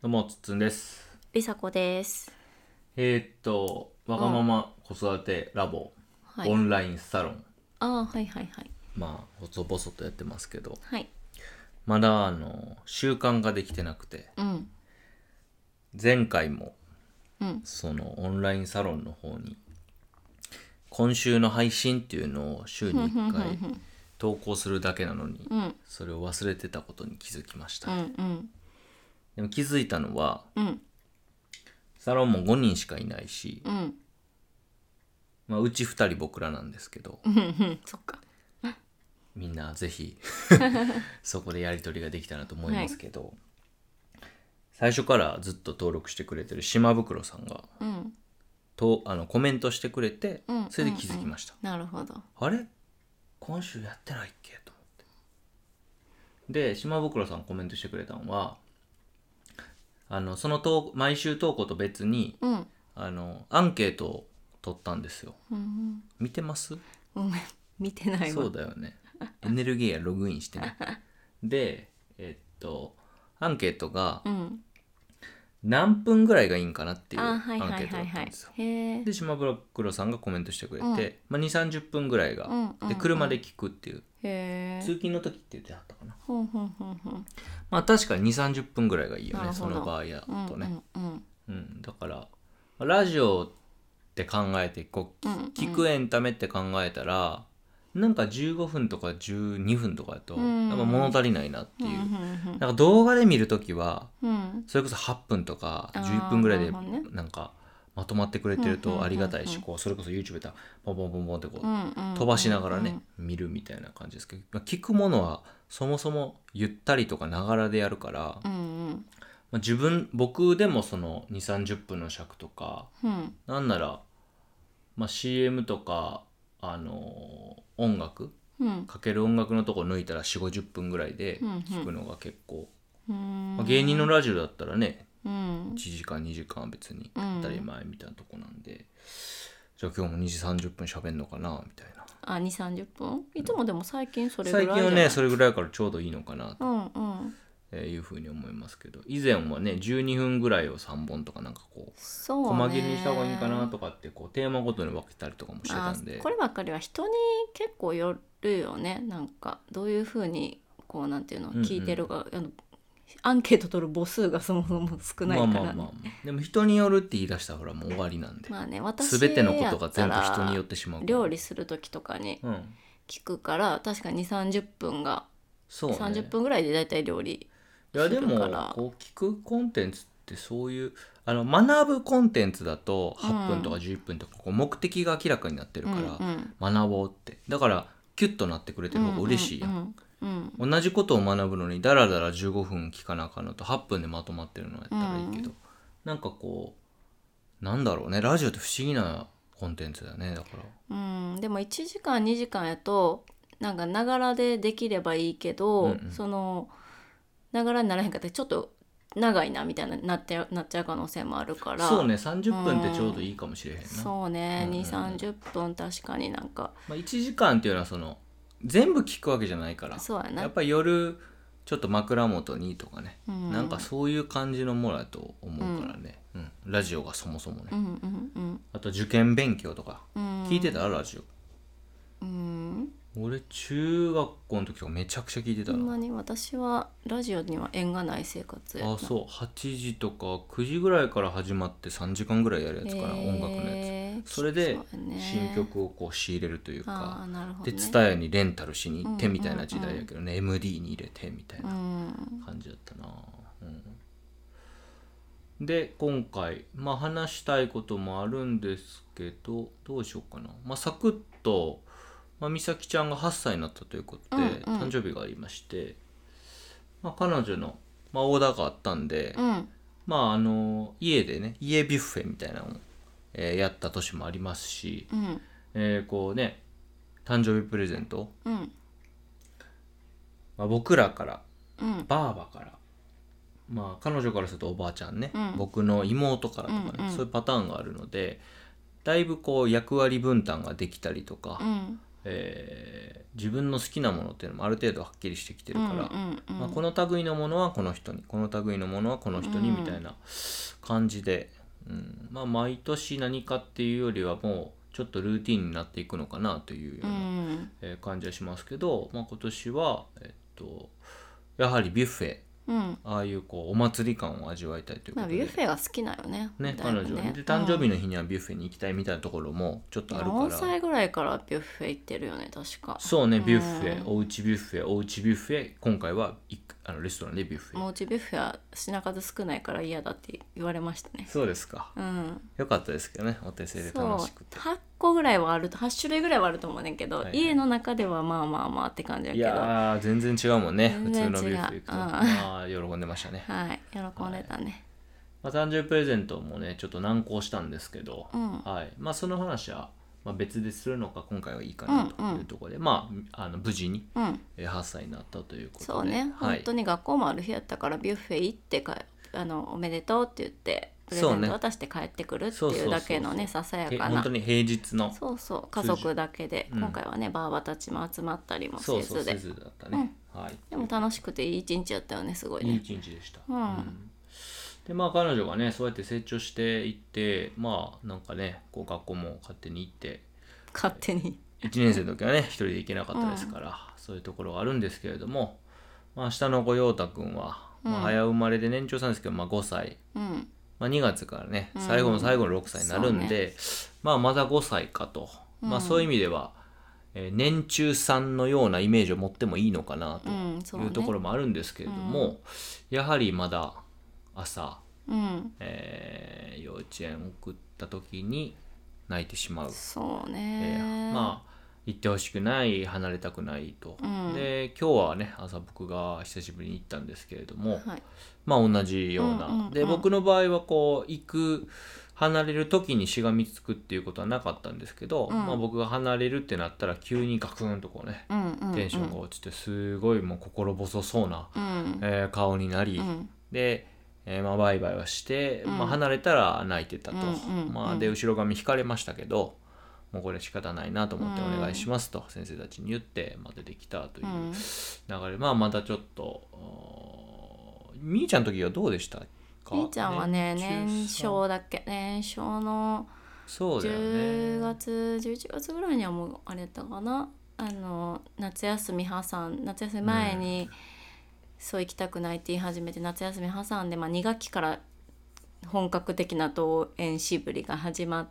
どうもつっつんです。 りさこです。 わがまま子育てラボはい。 オンラインサロン、 はいはいはい。 細々とやってますけど、 はい。 まだ習慣ができてなくて、 うん。 前回もうん。 そのオンラインサロンの方に今週の配信っていうのを週に1回投稿するだけなのに、 うん。 それを忘れてたことに気づきましたね。 うん。うん。 でも気づいたのは、 うん。 サロンも5人しかいないし、 うん。 うち2人僕らなんですけど、 うん。そっか。 みんなぜひそこでやり取りができたらと思いはい。 ますけど、最初からずっと登録してくれてる島袋さんがうん。 コメントしてくれて、 うん。 それで気づきました。 なるほど。 あれ今週やってないっけと思って。で島袋さんコメントしてくれたのは、その毎週投稿と別にうん。 アンケートを取ったんですよ。 うん。 見てます？ ごめん。見てないそわ。 うだよね。エネルギーやログインしてね。でアンケートがうん。 何分ぐらいがいいんかなっていうアンはいはいケートだはいはい。 ったんですよ。 へえ。 で島袋さんがコメントしてくれうん。 て、2 3 0分ぐらいが、 うん。うん。 で車で聞くっていう、 へえ。 通勤の時って言ってはったかな。 ほんほんほんほん。 確かに2 3 0分ぐらいがいいよなるほど。 ね、その場合やうん。 とね。 うん。 だからラジオって考えてうん。 聞くエンタメって考えたら、なんか15分とか12分とかだとうん。 やっぱ物足りないなってうん。ういう。 ん。 なんか動画で見るときはうん。 それこそ8分とか11 ああ、 分ぐらいでなるほどね。 なんかまとまってくれてるとありがたいし、こうそれこそ YouTube でポンポンポンポンってこう飛ばしながらね見るみたいな感じですけど、聞くものはそもそもゆったりとかながらでやるから、僕でもその2 3 0分の尺とか、なんなら、CM とか音楽かける音楽のとこ抜いたら4 5 0分ぐらいで聞くのが結構、芸人のラジオだったらね1時間2時間は別に当たり前みたいなとこなんで、じゃあ今日も2時30分喋んのかなみたいな。 2、30分いつもでも最近それぐらい最近はじゃない？ ねそれぐらいからちょうどいいのかなというふうに思いますけど、以前はね12分ぐらいを3本とかなんかこうそうね、 細切りにした方がいいかなとかってこうテーマごとに分けたりとかもしてたんで、 こればっかりは人に結構よるよね。なんかどういうふうにこうなんていうの聞いてるか、アンケート取る母数がそもそも少ないからね。 でも人によるって言い出したらほらもう終わりなんで、 私全てのことやったが全部人によらってしまうから。 料理する時とかに聞くから、確かに2 3 0分がそうね、 30分ぐらいでだいたい料理すいやでもるから。 こう聞くコンテンツってそういう学ぶコンテンツだと8分とか11分とかこう目的が明らかになってるから学ぼうって、だからキュッとなってくれてる方が嬉しいやん。同じことを学ぶのにダラダラ15分聞かなあかんのと8分でまとまってるのやったらいいけど、なんかこうなんだろうね、ラジオって不思議なコンテンツだよね。だからでも1時間2時間やとなんかながらでできればいいけど、そのながらにならへんかったらちょっと長いなみたいななっちゃう可能性もあるから。 そうね、30分ってちょうどいいかもしれへんな。 そうね、2 3 0分確かになんか、 1時間っていうのはその全部聞くわけじゃないから、 そうやな、 やっぱり夜ちょっと枕元にとかね、なんかそういう感じのものだと思うからね、ラジオがそもそもね、あと受験勉強とか聞いてたラジオ。俺中学校の時とかめちゃくちゃ聞いてたな。 ほんまに私はラジオには縁がない生活やな。 そう8時とか9時ぐらいから始まって3時間ぐらいやるやつかな、音楽のやつ。それで新曲をこう仕入れるというか、でTSUTAYAにレンタルしに行ってみたいな時代やけどね、MD に入れてみたいな感じだったな。で今回話したいこともあるんですけど、どうしようかな。サクッと美咲ちゃんが8歳になったということで、誕生日がありまして、彼女の、オーダーがあったんで、家でね家ビュッフェみたいなのを、やった年もありますし、こうね誕生日プレゼント、僕らから、ばあばから、彼女からするとおばあちゃんね、僕の妹からとかね、そういうパターンがあるので、だいぶこう役割分担ができたりとか、 自分の好きなものっていうのもある程度はっきりしてきてるから、まあ、この類のものはこの人に、この類のものはこの人にみたいな感じで、まあ毎年何かっていうよりはもうちょっとルーティンになっていくのかなというような、感じはしますけど、まあ、今年は、やはりビュッフェ、ああいうこうお祭り感を味わいたいということで、 ビュッフェが好きなよね彼女はで誕生日の日にはビュッフェに行きたいみたいなところもちょっとあるから、 4歳ぐらいからビュッフェ行ってるよね確か。 そうね、ビュッフェ、おうちビュッフェ、おうちビュッフェ、今回はレストランでビュッフェ。 おうちビュッフェは品数少ないから嫌だって言われましたね。 そうですか、よかったですけどね、お手製で楽しくて。 8個ぐらいはあると、8種類ぐらいはあると思うねんけど、家の中ではまあまあまあって感じやけど、 いや全然違うもんね、普通のビュッフェ行くと、まあ喜んでましたね。 はい、喜んでたね。 まあ、誕生日プレゼントもねちょっと難航したんですけど、まあその話は別でするのか今回はいいかなというところで、まあ無事に8歳になったということで、 そうね、本当に学校もある日やったからビュッフェ行っておめでとうって言ってプレゼント渡して帰ってくるっていうだけのね、ささやかな、 本当に平日の家族だけで、今回はねばあばたちも集まったりもせずで、 せずだったね、 でも楽しくていい一日やったよね、すごいね。 いい一日でした。でまあ彼女がねそうやって成長していって、まあなんかねこう学校も勝手に行って、 勝手に 1年生の時はね一人で行けなかったですから、そういうところがあるんですけれども、まあ下の子陽太くんは、早生まれで年長さんですけど、5歳、まあ、2月からね最後の最後の6歳になるんで、まあまだ5歳かと、まあそういう意味では、年中さんのようなイメージを持ってもいいのかなというところもあるんですけれども、やはりまだ朝、幼稚園送った時に泣いてしまう。 そうね、 まあ行ってほしくない、離れたくないと、で今日はね朝僕が久しぶりに行ったんですけれども、まあ同じような、で僕の場合はこう離れる時にしがみつくっていうことはなかったんですけど、まあ僕が離れるってなったら急にガクンとこうね、テンションが落ちてすごいもう心細そうな、顔になり、でまあ、バイバイはして、まあ、離れたら泣いてたと、まあ、で後ろ髪引かれましたけど、もうこれ仕方ないなと思ってお願いしますと先生たちに言って、まあ、出てきたという流れ、まあまたちょっとみーちゃんの時はどうでしたか？ みーちゃんはね年少だっけ、年少の10月11月ぐらいにはもうあれやったかな、夏休み前に、そう行きたくないって言い始めて夏休み挟んで、2学期から本格的な登園しぶりが始まって、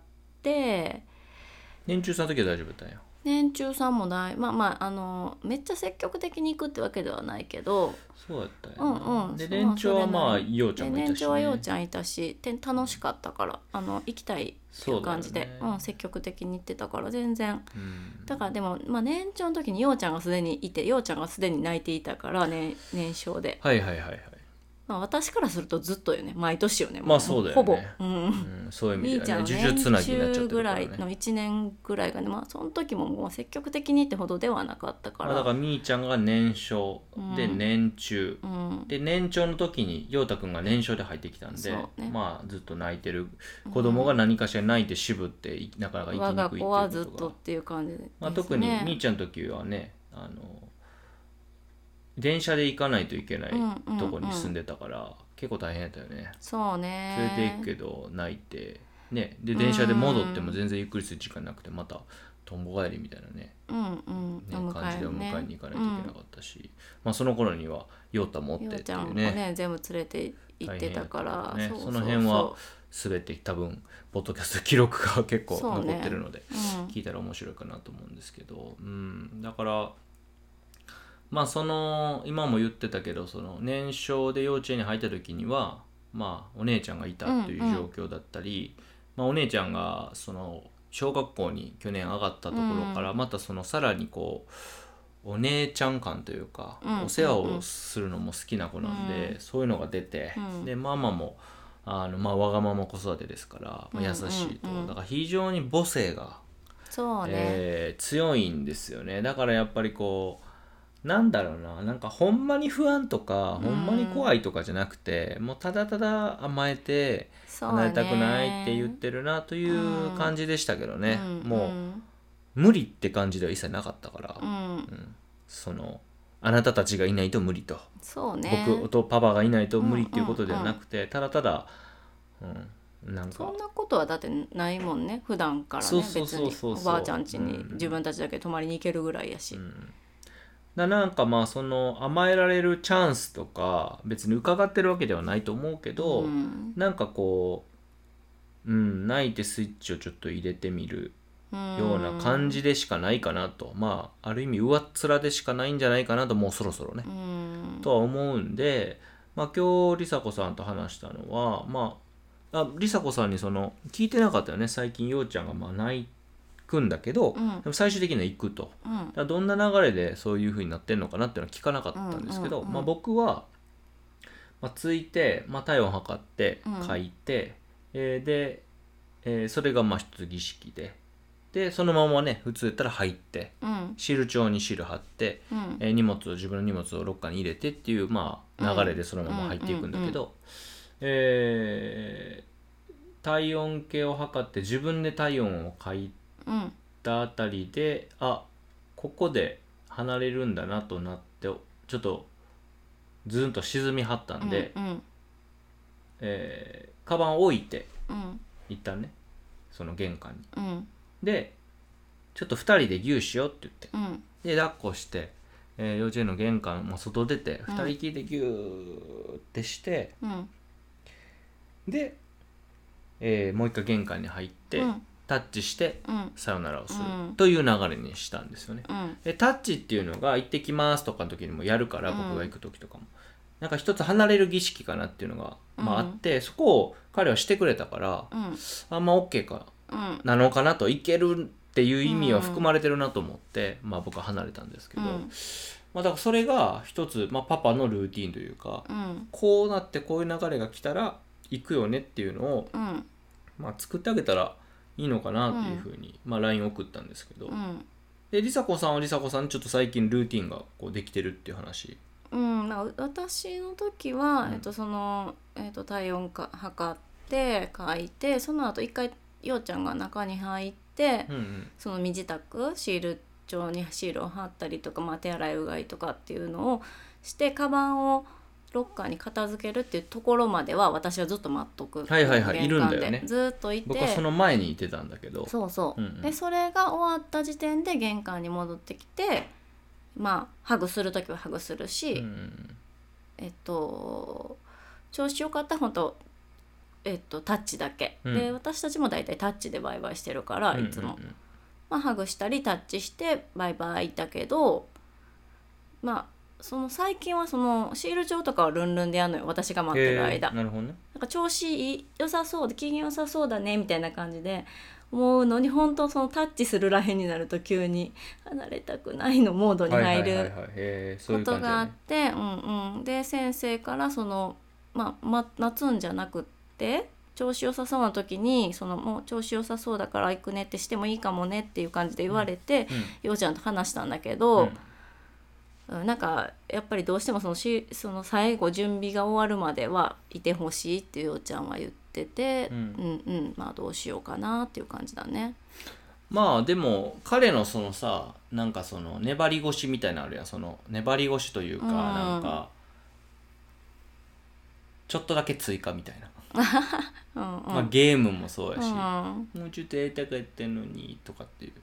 年中さんの時は大丈夫だったんや。 年中さんもめっちゃ積極的に行くってわけではないけど、 そうやったよ、で年長はまあようちゃんもいたし、 年長はようちゃんいたし、楽しかったから行きたいっていう感じで、積極的に行ってたから全然、だからでも、年長の時にようちゃんがすでにいて、ようちゃんがすでに泣いていたから、年少で、私からするとずっとよね、毎年よね、 まあそうだよね、 ほぼ、 そういう意味ではね、 みーちゃんの年中ぐらいの1年ぐらいがね、その時ももう積極的にってほどではなかったから、 だからみーちゃんが年少で年中、で年長の時に陽太くんが年少で入ってきたんで、まあずっと泣いてる子供が何かしら泣いて渋ってなかなか生きにくいっていうことが、我が子はずっとっていう感じですね。 特にみーちゃんの時はね電車で行かないといけないとこに住んでたから、結構大変やったよね。 そうね、 連れて行くけど泣いてね、で電車で戻っても全然ゆっくりする時間なくて、またとんぼ帰りみたいなね、感じでお迎えに行かないといけなかったし、その頃にはヨータ持ってっていうね、ヨーちゃんもね全部連れて行ってたから、 その辺は全て多分ポッドキャスト記録が結構残ってるので、聞いたら面白いかなと思うんですけど、だから今も言ってたけど、その年少で幼稚園に入った時にはお姉ちゃんがいたという状況だったり、お姉ちゃんがその小学校に去年上がったところから、またそのさらにこうお姉ちゃん感というか、お世話をするのも好きな子なんで、そういうのが出て、でママもわがまま子育てですから、優しいと、だから非常に母性が、強いんですよね。だからやっぱりこうなんだろうな、なんかほんまに不安とか、ほんまに怖いとかじゃなくて、もうただただ甘えて離れたくないって言ってるなという感じでしたけどね、も無理って感じでは一切なかったから、 うんそのあなたたちがいないと無理と、 そうね、 僕とパパがいないと無理っていうことではなくて、ただただ、なんかそんなことはだってないもんね普段からね。 そうそう別にそうそうおばあちゃん家に自分たちだけ泊まりに行けるぐらいやし、 なんかまあその甘えられるチャンスとか別に伺ってるわけではないと思うけど、なんかこう、泣いてスイッチをちょっと入れてみるような感じでしかないかなと、まあある意味上っ面でしかないんじゃないかなと、もうそろそろね、とは思うんで、まあ今日梨紗子さんと話したのは、まあ梨紗子さんにその聞いてなかったよね、最近ようちゃんがまあ泣くんだけど、でも最終的には行くと、だからどんな流れでそういう風になってんのかなっていうのは聞かなかったんですけど、まあ僕は、まあ、ついて、まあ、体温測って書いて、で、それがまあ一つ儀式でそのままね普通やったら入って、シール帳にシール貼って、自分の荷物をロッカーに入れてっていう、まあ、流れでそのまま入っていくんだけど、体温計を測って自分で体温を書いたあたりで、ここで離れるんだなとなって、ちょっとズンと沈みはったんで、カバンを置いて、一旦ねその玄関に、でちょっと2人でギューしようって言って、で抱っこして、幼稚園の玄関、外出て2人きりでギューってして、で、もう一回玄関に入って、タッチして、さよならをするという流れにしたんですよね。でタッチっていうのが行ってきますとかの時にもやるから、僕が行く時とかもなんか一つ離れる儀式かなっていうのが、あって、そこを彼はしてくれたから、あんま OK かなのかなと、いけるっていう意味は含まれてるなと思って、僕は離れたんですけど、だからそれが一つ、パパのルーティンというか、こうなってこういう流れが来たら行くよねっていうのを、作ってあげたらいいのかなっていうふうに、LINE 送ったんですけど、で梨紗子さんは梨紗子さんにちょっと最近ルーティンがこうできてるっていう話。 私の時は、体温測って書いて、その後一回ようちゃんが中に入って、その身支度シール帳にシールを貼ったりとか、手洗いうがいとかっていうのをして、カバンをロッカーに片付けるっていうところまでは私はずっと待っとく、 いるんだよね。 ずっといて、 僕はその前にいてたんだけど、 でそれが終わった時点で玄関に戻ってきて、ハグするときはハグするし、調子よかったら本当、タッチだけ、で私たちもだいたいタッチでバイバイしてるから、いつも、ハグしたりタッチしてバイバイだけど、その最近はそのシール帳とかはルンルンでやるのよ、私が待ってる間。 なるほどね。 なんか調子良さそうで機嫌良さそうだねみたいな感じで思うのに、本当そのタッチするらへんになると急に離れたくないのモードに入ることがあって、で先生からその、待つんじゃなくって調子良さそうな時に、そのもう調子良さそうだから行くねってしてもいいかもねっていう感じで言われて、ようちゃんと話したんだけど、なんかやっぱりどうしてもその最後準備が終わるまではいてほしいっていうようちゃんは言ってて、どうしようかなっていう感じだね。 でも彼のそのさ、なんかその粘り腰みたいなのあるやん、その粘り腰というか、なんかちょっとだけ追加みたいなゲームもそうやし、もうちょっとやりたかったのにとかっていう、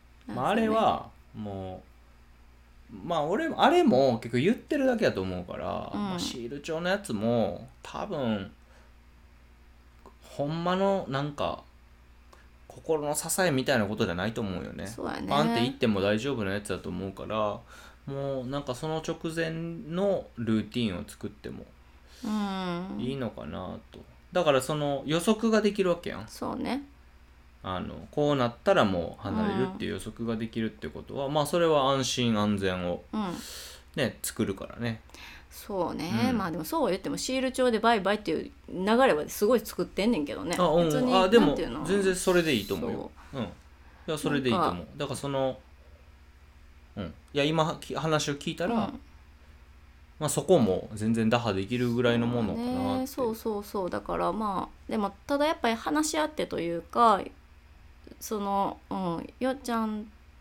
あれはもう俺あれも結構言ってるだけだと思うから、シール帳のやつも多分ほんまのなんか心の支えみたいなことじゃないと思うよね。 そうやね。 パンって言っても大丈夫なやつだと思うから、もうなんかその直前のルーティンを作ってもいいのかなと。だからその予測ができるわけやん。 そうね。 こうなったらもう離れるっていう予測ができるってことは、それは安心安全を作るからね。 そうね、でもそう言ってもシール帳でバイバイっていう流れはすごい作ってんねんけどね。別にでも全然それでいいと思うよ。いやそれでいいと思う。だからそのいや今話を聞いたら、そこも全然打破できるぐらいのものかなって。 そうだからでもただやっぱり話し合ってというか、そのよっちゃん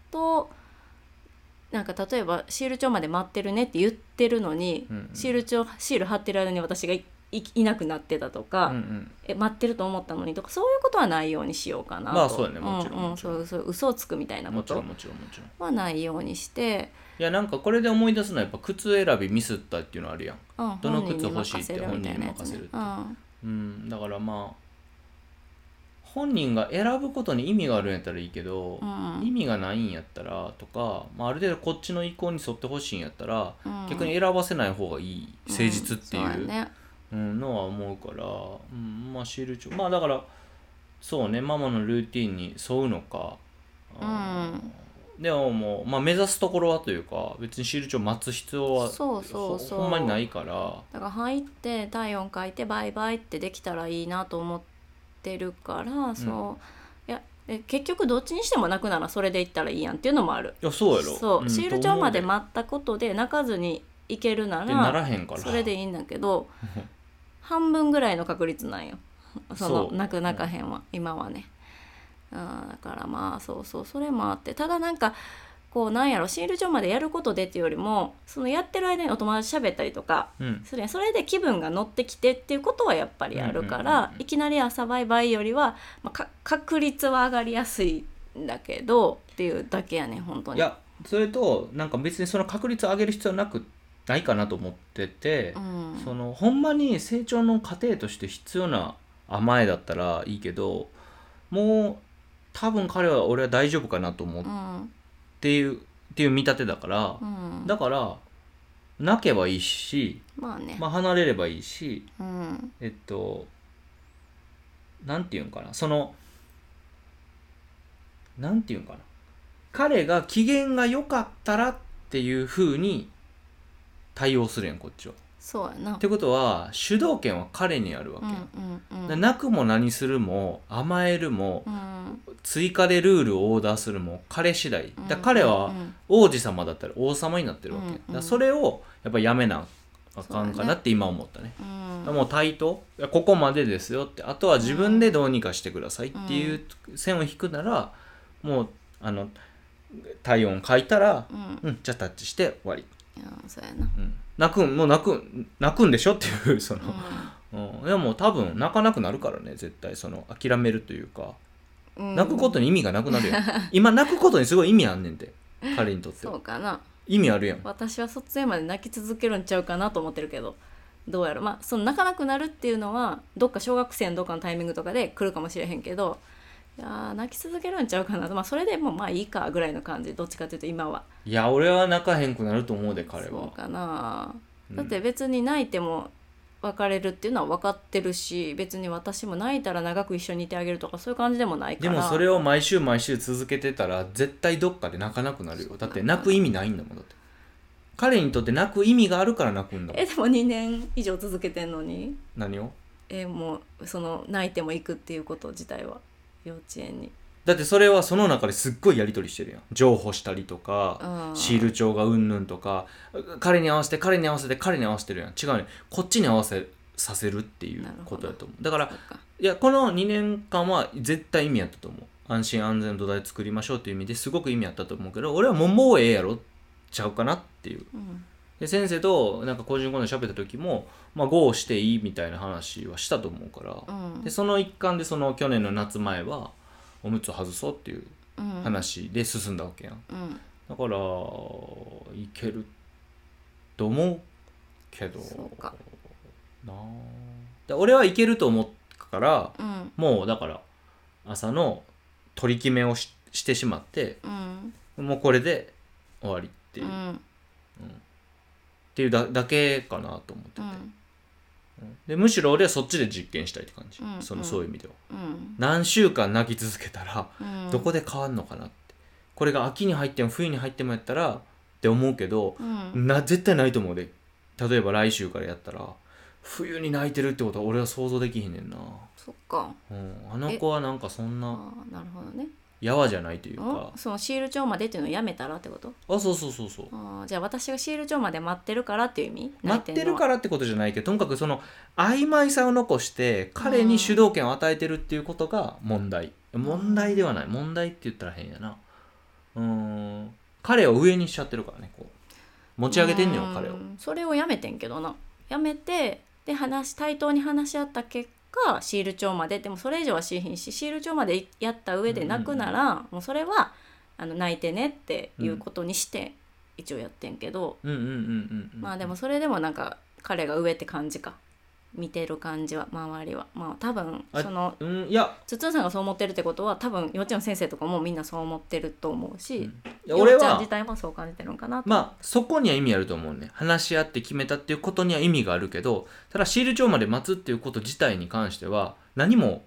となんか例えばシール帳まで待ってるねって言ってるのに、うんうん、シール貼ってる間に私がいなくなってたとか、うんうん、待ってると思ったのにとかそういうことはないようにしようかなと。 まあそうやね、もちろん、 うんうん、そう嘘をつくみたいなことはないようにして。 いやなんかこれで思い出すのはやっぱ靴選びミスったっていうのあるやん、うん、どの靴欲しいって本人に任せるって、うん、だからまあ本人が選ぶことに意味があるんやったらいいけど、うん、意味がないんやったらとか、まあ、ある程度こっちの意向に沿ってほしいんやったら、うん、逆に選ばせない方がいい誠実っていう、のは思うから、うん、まあシール帳まあだからそうねママのルーティンに沿うのか、でももう、まあ、目指すところはというか別にシール帳待つ必要はほんまにないから、 だから入って体温書いてバイバイってできたらいいなと思ってるから、そういや結局どっちにしても泣くならそれで行ったらいいやんっていうのもある。 いやそうやろ、 そう、シール帳まで待ったことで泣かずに行けるならそれでいいんだけど半分ぐらいの確率なんよその泣かへんは、今はね。だからまあそうそれもあって、ただなんかこうなんやろシール帳までやることでっていうよりもそのやってる間にお友達喋ったりとか、それで気分が乗ってきてっていうことはやっぱりあるから、いきなり朝バイバイよりは、まあ、確率は上がりやすいんだけどっていうだけやね本当に。 いやそれとなんか別にその確率を上げる必要ないかなと思ってて、そのほんまに成長の過程として必要な甘えだったらいいけど、もう多分彼は俺は大丈夫かなと思っていう見立てだから、だから泣けばいいし、 まあね、 まあ、離れればいいし、なんていうんかな、そのなんていうんかな、彼が機嫌が良かったらっていう風に対応するやんこっちは。 そうやな。 ってことは主導権は彼にあるわけやん、泣くも何するも甘えるも、追加でルールをオーダーするも彼次第だ。彼は王子様だったら王様になってるわけ、だそれをやっぱやめなあかんかなって今思ったね。もう対等ここまでですよって、あとは自分でどうにかしてくださいっていう線を引くなら、もう体温書いたら、じゃあタッチして終わり。 そうやな、 泣くんでしょっていうその、でも多分泣かなくなるからね絶対。その諦めるというか、泣くことに意味がなくなるやん今泣くことにすごい意味あんねんて彼にとっては。 そうかな、 意味あるやん。 私は卒園まで泣き続けるんちゃうかなと思ってるけど、どうやろ。まあその泣かなくなるっていうのはどっか小学生のどっかのタイミングとかで来るかもしれへんけど、いや泣き続けるんちゃうかな、まあ、それでもまあいいかぐらいの感じ。どっちかというと今は。 いや俺は泣かへんくなると思うで彼は。 そうかな、だって別に泣いても別れるっていうのは分かってるし、別に私も泣いたら長く一緒にいてあげるとかそういう感じでもないから。 でもそれを毎週続けてたら絶対どっかで泣かなくなるよ。だって泣く意味ないんだもん。だって彼にとって泣く意味があるから泣くんだもん。 でも2年以上続けてんのに。 何を？ もうその泣いても行くっていうこと自体は幼稚園に。 だってそれはその中ですっごいやり取りしてるやん。譲歩したりとか、シール帳がうんぬんとか、彼に合わせてるやん。違うね、こっちに合わせさせるっていうことだと思う。だからいやこの2年間は絶対意味あったと思う。安心安全の土台作りましょうっていう意味ですごく意味あったと思うけど、俺はもうええやろちゃうかなっていう、で先生となんか個人コンで喋った時も、まあ、GO していいみたいな話はしたと思うから、でその一環でその去年の夏前はおむつを外そうっていう話で進んだわけやん、だからいけると思うけどなあ。俺はいけると思うから、もうだから朝の取り決めをしてしまって、もうこれで終わりっていう、っていうだけかなと思ってて、でむしろ俺はそっちで実験したいって感じ、そういう意味では、何週間泣き続けたら、どこで変わんのかなって。これが秋に入っても冬に入ってもやったらって思うけど、絶対ないと思うで。例えば来週からやったら冬に泣いてるってことは俺は想像できひんねんな。 そっか、 あの子はなんかそんななるほどね、 やわじゃないというか、 そのシール帳までっていうのをやめたらってこと？ そうじゃあ私がシール帳まで待ってるからっていう意味？ 待ってるからってことじゃないけど、とにかくその曖昧さを残して彼に主導権を与えてるっていうことが問題ではない。問題って言ったら変やな。 彼を上にしちゃってるからね、こう持ち上げてんのよ彼を。 それをやめてんけどな、やめて、で対等に話し合った結果シール帳まで、でもそれ以上はしひんし、シール帳までやった上で泣くなら、もうそれは泣いてねっていうことにして一応やってんけど、まあでもそれでもなんか彼が上って感じか、見てる感じは周りは、まあ多分そのつつんさんがそう思ってるってことは多分幼稚園の先生とかもみんなそう思ってると思うし、 俺は幼稚園自体もそう感じてるのかなと。 まあそこには意味あると思うね。話し合って決めたっていうことには意味があるけど、ただシール帳まで待つっていうこと自体に関しては何も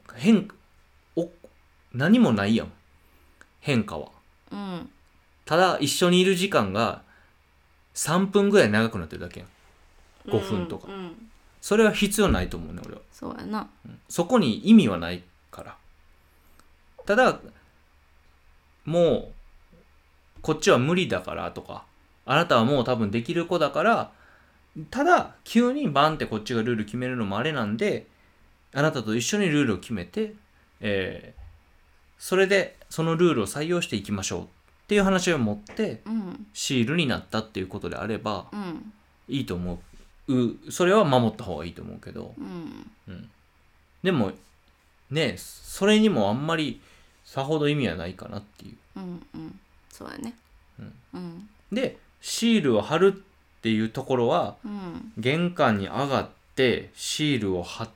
ないやん、変化は。ただ一緒にいる時間が3分ぐらい長くなってるだけやん、5分とか、それは必要ないと思うね俺は。 そうやな、 そこに意味はないから。ただもうこっちは無理だからとか、あなたはもう多分できる子だから、ただ急にバンってこっちがルール決めるのもあれなんで、あなたと一緒にルールを決めて、それでそのルールを採用していきましょうっていう話を持って、シールになったっていうことであれば、いいと思う。それは守った方がいいと思うけど、でもね、それにもあんまりさほど意味はないかなっていう。 そうやね。 でシールを貼るっていうところは、玄関に上がってシールを貼って、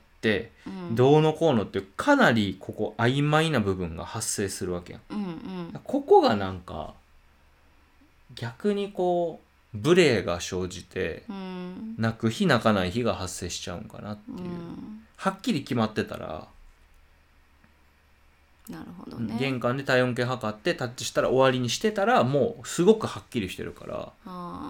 どうのこうのってかなりここ曖昧な部分が発生するわけやん。ここがなんか逆にこうブレが生じて、泣く日泣かない日が発生しちゃうんかなっていう、はっきり決まってたら、 なるほどね、 玄関で体温計測ってタッチしたら終わりにしてたら、もうすごくはっきりしてるから。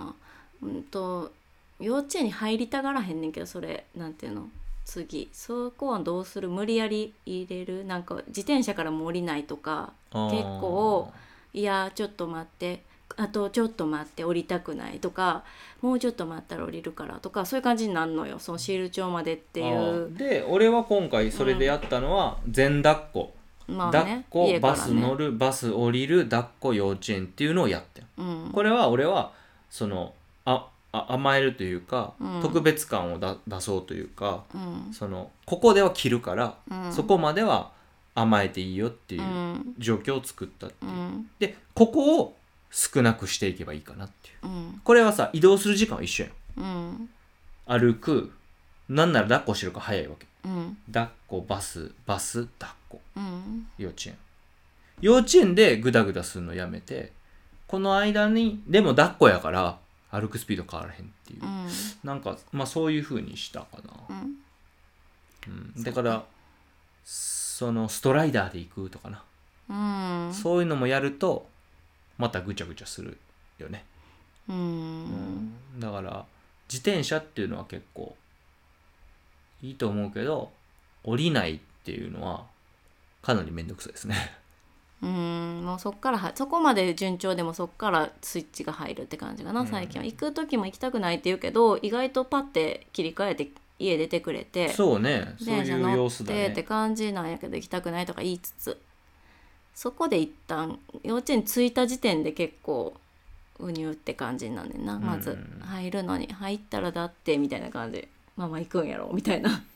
幼稚園に入りたがらへんねんけど、それなんていうの、次そこはどうする、無理やり入れる、なんか自転車からも降りないとか、結構いやちょっと待って、あとちょっと待って降りたくないとか、もうちょっと待ったら降りるからとか、そういう感じになるのよ、そのシール帳までっていう。 で俺は今回それでやったのは全抱っこ、抱っこ、バス乗る、バス降りる、抱っこ、幼稚園っていうのをやってん、これは俺はその甘えるというか、特別感を出そうというか、そのここでは切るから、そこまでは甘えていいよっていう状況を作ったっていう、でここを少なくしていけばいいかなっていう、これはさ移動する時間は一緒やん、歩く、なんなら抱っこしてるから早いわけ、抱っこ、バス抱っこ、幼稚園でグダグダするのやめて、この間にでも抱っこやから歩くスピード変わらへんっていう、なんかまあそういう風にしたかな、だからそのストライダーで行くとかな、そういうのもやるとまたぐちゃぐちゃするよね。だから自転車っていうのは結構いいと思うけど、降りないっていうのはかなりめんどくさいですね。 もうそこまで順調でもそっからスイッチが入るって感じかな、最近は。行く時も行きたくないって言うけど、意外とパッて切り替えて家出てくれて、 そうね、そういう様子だねって感じなんやけど、行きたくないとか言いつつ、そこで一旦幼稚園着いた時点で結構うにゅって感じになんねんな。まず入るのに、入ったらだってみたいな感じ、ママ行くんやろみたいな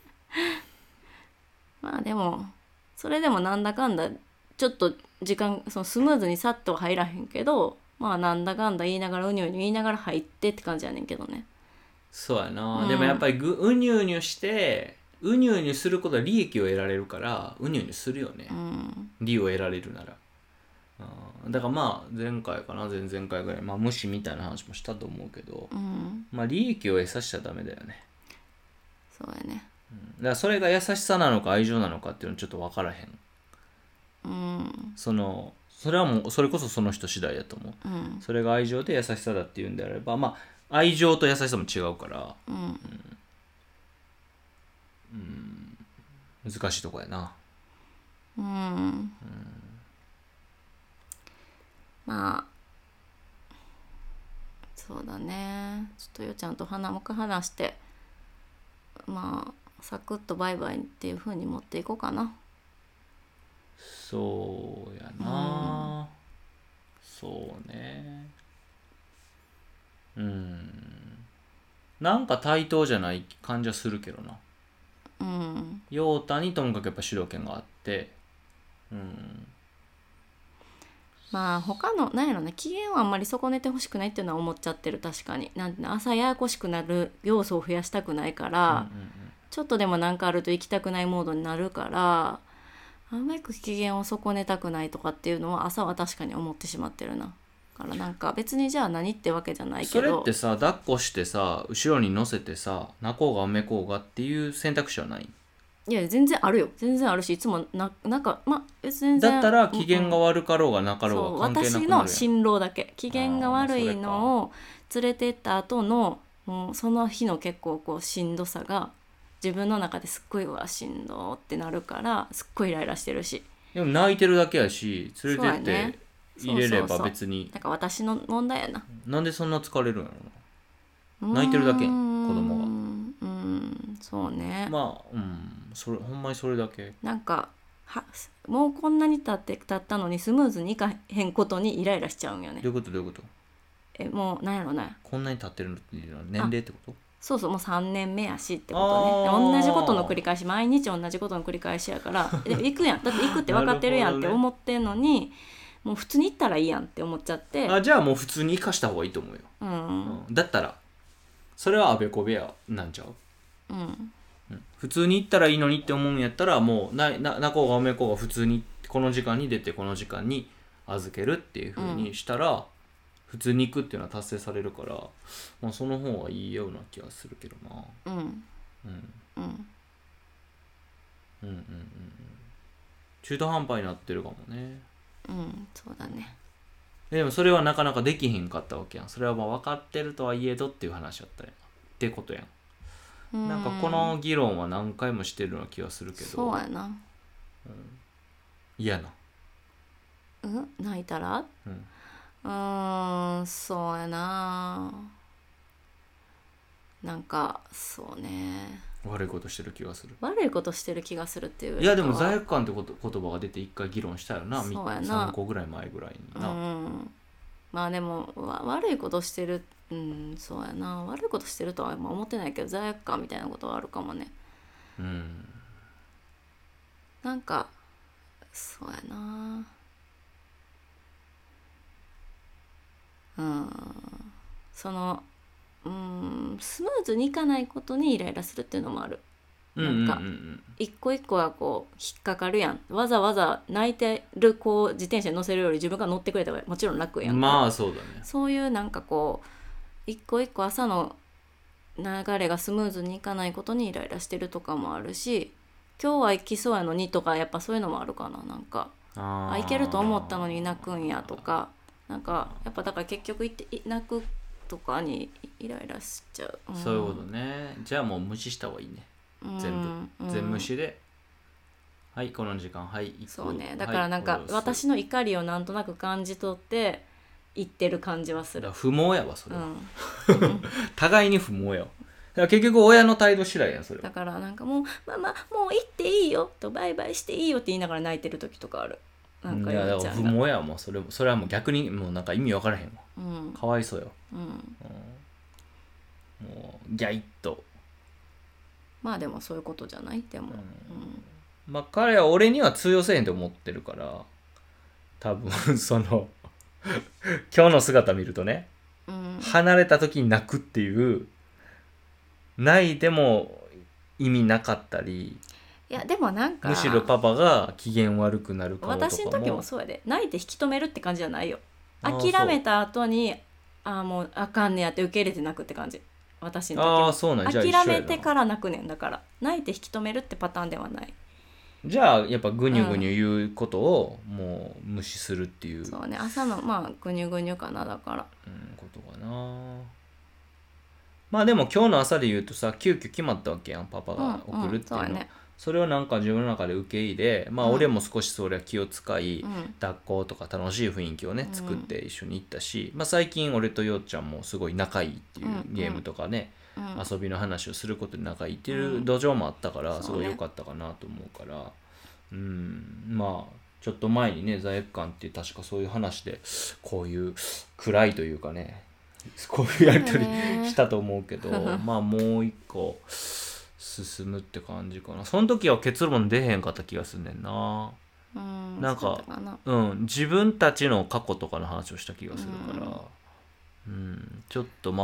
まあでもそれでもなんだかんだちょっと時間、そのスムーズにさっとは入らへんけど、まあなんだかんだ言いながらうにゅうにゅ言いながら入ってって感じやねんけどね。 そうやな、でもやっぱりうにゅうにゅしてうにゅうにゅすることは利益を得られるからうにゅうにゅするよね、利を得られるなら。だからまあ前回かな前々回ぐらい、まあ無視みたいな話もしたと思うけど、まあ利益を得させちゃダメだよね。 そうやね、 だからそれが優しさなのか愛情なのかっていうのはちょっと分からへん。それはもうそれこそその人次第だと思う、それが愛情で優しさだっていうんであれば、まあ愛情と優しさも違うから、難しいとこやな。 まあそうだね、ちょっとよちゃんともう一回話して、まあサクッとバイバイっていう風に持っていこうかな。 そうやな、 そうね。なんか対等じゃない感じはするけどな。陽太にともかくやっぱ主導権があって、 まあ他のなんやろね、機嫌をあんまり損ねてほしくないっていうのは思っちゃってる。確かになんて朝ややこしくなる要素を増やしたくないから、ちょっとでもなんかあると行きたくないモードになるから、あんまり機嫌を損ねたくないとかっていうのは朝は確かに思ってしまってるな。だからなんか別にじゃあ何ってわけじゃないけど、 それってさ、抱っこしてさ後ろに乗せてさ泣こうがめこうがっていう選択肢はない？ いや全然あるよ、全然あるし、いつもなんか全然だったら機嫌が悪かろうがなかろうが関係なくなるやん。 私の心労だけ、機嫌が悪いのを連れてった後のもうその日の結構こうしんどさが自分の中ですっごいしんどってなるからすっごいイライラしてるし。 でも泣いてるだけやし連れてって入れれば別に。 だから私の問題やな。 なんでそんな疲れるんやろな。泣いてるだけ子供が。 そうね。 まあそれほんまにそれだけ。 なんかもうこんなに経ったのにスムーズにいかへんことにイライラしちゃうんよね。 どういうことどういうこと？ もうなんやろね。 こんなに経ってるのっていうのは年齢ってこと？ そうそう、もう3年目やしってことね。同じことの繰り返し、毎日同じことの繰り返しやからで行くやん、だって行くって分かってるやんって思ってんのに、もう普通に行ったらいいやんって思っちゃって。 じゃあもう普通に生かした方がいいと思うよ。だったらそれはあべこべやなんちゃう？普通に行ったらいいのにって思うんやったら、もう泣こうがおめこうが普通にこの時間に出てこの時間に預けるっていう風にしたら、普通に行くっていうのは達成されるから、まあ、その方がいいような気がするけどな。中途半端になってるかもね。 そうだね。 でもそれはなかなかできひんかったわけやん。それはまあ分かってるとはいえどっていう話だったやんってことやん。なんかこの議論は何回もしてるような気がするけど。 そうやな。 嫌な。 泣いたら？そうやな。なんかそうね。 悪いことしてる気がする。 悪いことしてる気がするっていう。 いやでも罪悪感って言葉が出て一回議論したよな。 そうやな。 3個ぐらい前ぐらいにな。 まあでも悪いことしてる、そうやな。悪いことしてるとは思ってないけど罪悪感みたいなことはあるかもね。なんかそうやな。そのスムーズにいかないことにイライラするっていうのもある。なんか一個一個はこう引っかかるやん。わざわざ泣いてる子を自転車に乗せるより自分が乗ってくれた方がもちろん楽やん。 まあそうだね。 そういうなんかこう一個一個朝の流れがスムーズにいかないことにイライラしてるとかもあるし、今日は行きそうやのにとか、やっぱそういうのもあるかな。なんか行けると思ったのに泣くんやとか、なんかやっぱだから結局泣くとかにイライラしちゃう。 そういうことね。じゃあもう無視した方がいいね。全無視で、はいこの時間はい行く。 そうね。だからなんか私の怒りをなんとなく感じ取って言ってる感じはする。 不毛やわそれは。互いに不毛やわ。だから結局親の態度次第やんそれは。 だからなんかもうママもう行っていいよとバイバイしていいよって言いながら泣いてる時とかある。なんかいやだから不毛やわ。もうそれはもう逆にもうなんか意味分からへんわ。かわいそうよ。もうギャイッと。 まあでもそういうことじゃないって思う。 まあ彼は俺には通用せえへんと思ってるから、多分その今日の姿見るとね、離れた時に泣くっていう泣いても意味なかったり。 いやでもなんかむしろパパが機嫌悪くなる顔とかも。 私の時もそうやで。泣いて引き止めるって感じじゃないよ。諦めた後にもうあかんねやって受け入れて泣くって感じ。私の時もそうなん。じゃあ諦めてから泣くねん。だから泣いて引き止めるってパターンではない。 じゃあやっぱグニュグニュ言うことをもう無視するっていう、 そうね。朝のまあグニュグニュかな。だからことかな。まあでも今日の朝で言うとさ、急遽決まったわけやんパパが送るっていうの。そうね。それをなんか自分の中で受け入れ、まあ俺も少しそれは気を使い、抱っことか楽しい雰囲気をね作って一緒に行ったし、まあ最近俺とようちゃんもすごい仲いいっていうゲームとかね、遊びの話をすることで仲いいっていう土壌もあったから、すごい良かったかなと思うから、まあちょっと前にね罪悪感って確かそういう話でこういう暗いというかねこういうやり取りしたと思うけどまあもう一個進むって感じかな。その時は結論出へんかった気がすんねんな。なんか自分たちの過去とかの話をした気がするから、ちょっと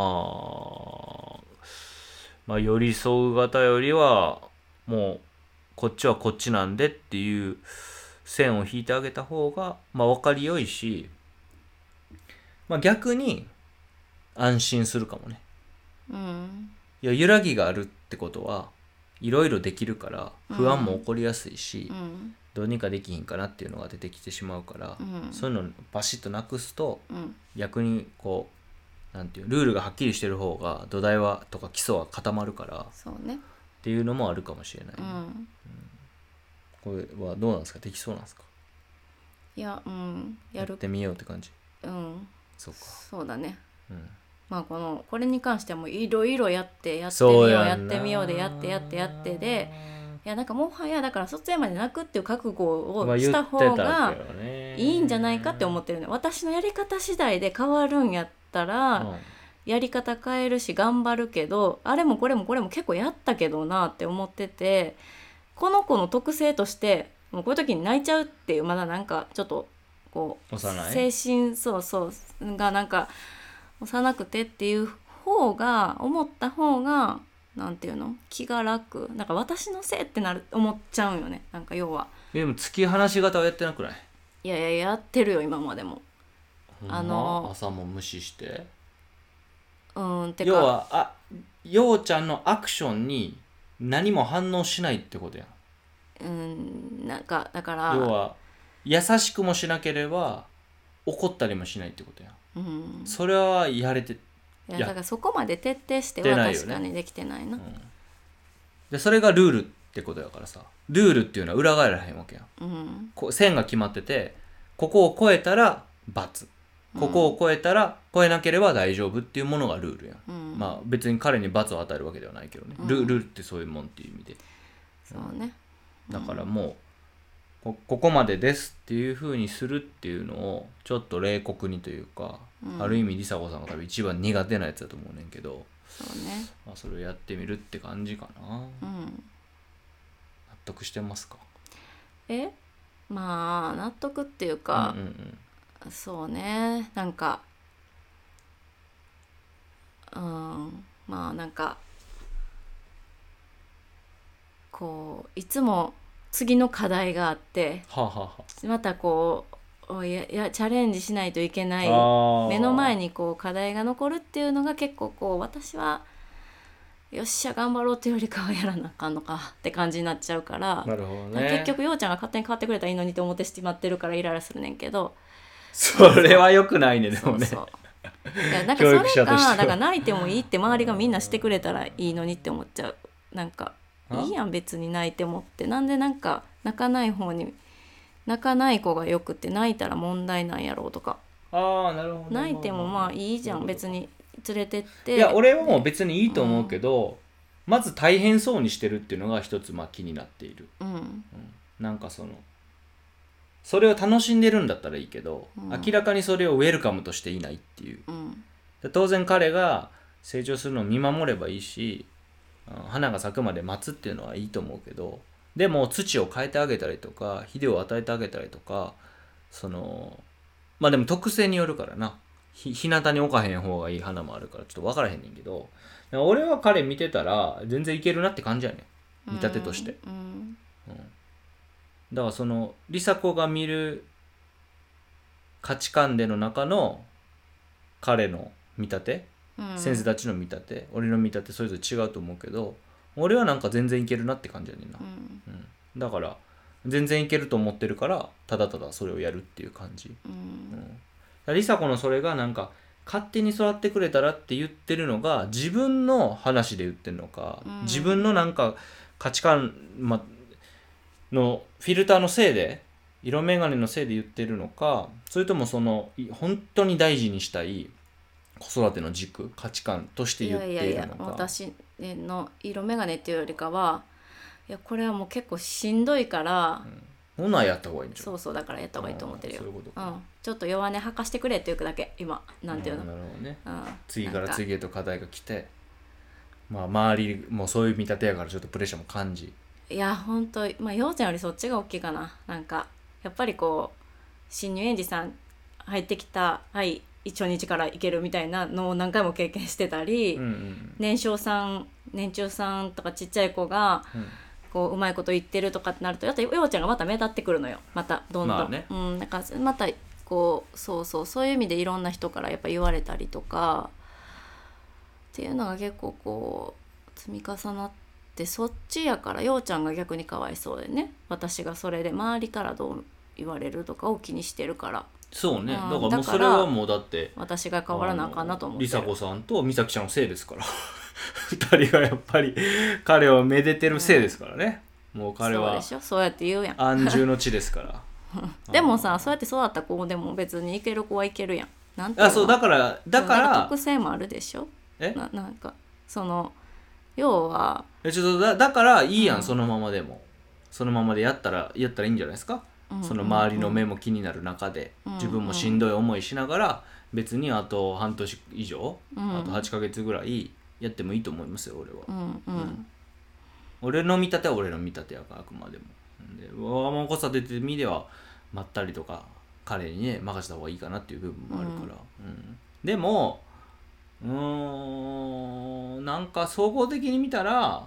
まあ寄り添う方よりはもうこっちはこっちなんでっていう線を引いてあげた方がまあ分かりよいし、まあ逆に安心するかもね。いや揺らぎがあるってことはいろいろできるから不安も起こりやすいし、どうにかできひんかなっていうのが出てきてしまうから、そういうのをバシッとなくすと、逆にこうなんていうルールがはっきりしてる方が土台はとか基礎は固まるからそうねっていうのもあるかもしれない、これはどうなんですか、できそうなんですか。 いややってみようって感じ。 そうかそうだね。まあこれに関してはもういろいろやってみようやってみようでやってで、いやなんかもはやだから卒業まで泣くっていう覚悟をした方がいいんじゃないかって思ってるね。私のやり方次第で変わるんやったら、やり方変えるし頑張るけど、あれもこれも結構やったけどなって思ってて、この子の特性としてもうこういう時に泣いちゃうっていう、まだなんかちょっとこう精神がなんか幼くてっていう方が思った方がなんていうの気が楽、なんか私のせいって思っちゃうよね。なんか要はでも突き放し方はやってなくない？ いややってるよ今までも。 朝も無視しててか要はようちゃんのアクションに何も反応しないってことやん。 なんかだから要は優しくもしなければ怒ったりもしないってことやん。それはやれていやだからそこまで徹底しては確かにできてないな。 でそれがルールってことやからさ、ルールっていうのは裏返らへんわけやん。線が決まってて、ここを越えたら×、ここを越えたら越えなければ大丈夫っていうものがルールやん。まあ別に彼に罰を与えるわけではないけどね、ルールってそういうもんっていう意味で。 そうね。 だからもうここまでですっていう風にするっていうのをちょっと冷酷にというか、ある意味梨紗子さんが多分一番苦手なやつだと思うねんけど、 そうね。 まあ、それをやってみるって感じかな。納得してますか？ まあ納得っていうか、そうね、なんかまあなんかこういつも次の課題があって、またこうチャレンジしないといけない、目の前にこう課題が残るっていうのが結構こう私はよっしゃ頑張ろうっていうよりかはやらなあかんのかって感じになっちゃうから、 なるほどね、 結局ようちゃんが勝手に変わってくれたらいいのにと思ってしまってるからイライラするねんけど、 それは良くないね。でもね、 いやなんかそれがだから泣いてもいいって周りがみんなしてくれたらいいのにって思っちゃう。なんかいいやん別に泣いてもって、なんでなんか泣かない方に泣かない子がよくて泣いたら問題なんやろうとか。 なるほど。 泣いてもまあいいじゃん別に連れてって。 いや俺はもう別にいいと思うけど、まず大変そうにしてるっていうのが一つ気になっている。なんかそれを楽しんでるんだったらいいけど、明らかにそれをウェルカムとしていないっていう、当然彼が成長するのを見守ればいいし、花が咲くまで待つっていうのはいいと思うけど、でも土を変えてあげたりとか肥料を与えてあげたりとか、まあでも特性によるからな、日向に置かへん方がいい花もあるからちょっと分からへんねんけど、俺は彼見てたら全然いけるなって感じやねん、見立てとして。だから梨紗子が見る価値観での中の彼の見立て、先生たちの見立て、俺の見立てそれぞれ違うと思うけど、俺はなんか全然いけるなって感じやねんな。だから全然いけると思ってるからただただそれをやるっていう感じ。梨紗子のそれがなんか勝手に育ってくれたらって言ってるのが自分の話で言ってるのか、自分のなんか価値観、のフィルターのせいで、色眼鏡のせいで言ってるのか、それとも本当に大事にしたい子育ての軸、価値観として言っているのか。 私の色眼鏡っていうよりかは、いやこれはもう結構しんどいから、 ほなやった方がいいんじゃん。 そうそう、だからやった方がいいと思ってるよ。 そういうことか、 ちょっと弱音吐かしてくれって言うだけ今なんていうの、 なるほどね、 うん、 次から次へと課題が来て、まあ周りもそういう見立てやからちょっとプレッシャーも感じ、 いやほんとまあようちゃんよりそっちが大きいかな。なんかやっぱりこう新入園児さん入ってきた、はい初日から行けるみたいなのを何回も経験してたり、 うんうん、 年中さんとかちっちゃい子が、こううまいこと言ってるとかってなると、やっぱようちゃんがまた目立ってくるのよ、またどんどん、 まあね、 なんかまたこうそういう意味でいろんな人からやっぱ言われたりとかっていうのが結構こう積み重なって、そっちやからようちゃんが逆にかわいそうでね、私がそれで周りからどう言われるとかを気にしてるから。 そうね、だからもうそれはもうだって私が変わらなあかんなと思ってる。 梨紗子さんと美咲ちゃんのせいですから二人がやっぱり彼をめでてるせいですからね、もう彼はそうでしょ、そうやって言うやん安住の地ですからでもさ、そうやって育った子でも別にいける子はいけるやん。なんていうの、 そうだから特性もあるでしょ。なんかその要はちょっとだからいいやん、そのままでもそのままでやったらいいんじゃないですか、その周りの目も気になる中で、自分もしんどい思いしながら別にあと半年以上、あと8ヶ月ぐらいやってもいいと思いますよ俺は、俺の見立ては俺の見立てやから、あくまでもでわがまま子育てって意味ではまったりとか彼にね任せた方がいいかなっていう部分もあるから、でもなんか総合的に見たら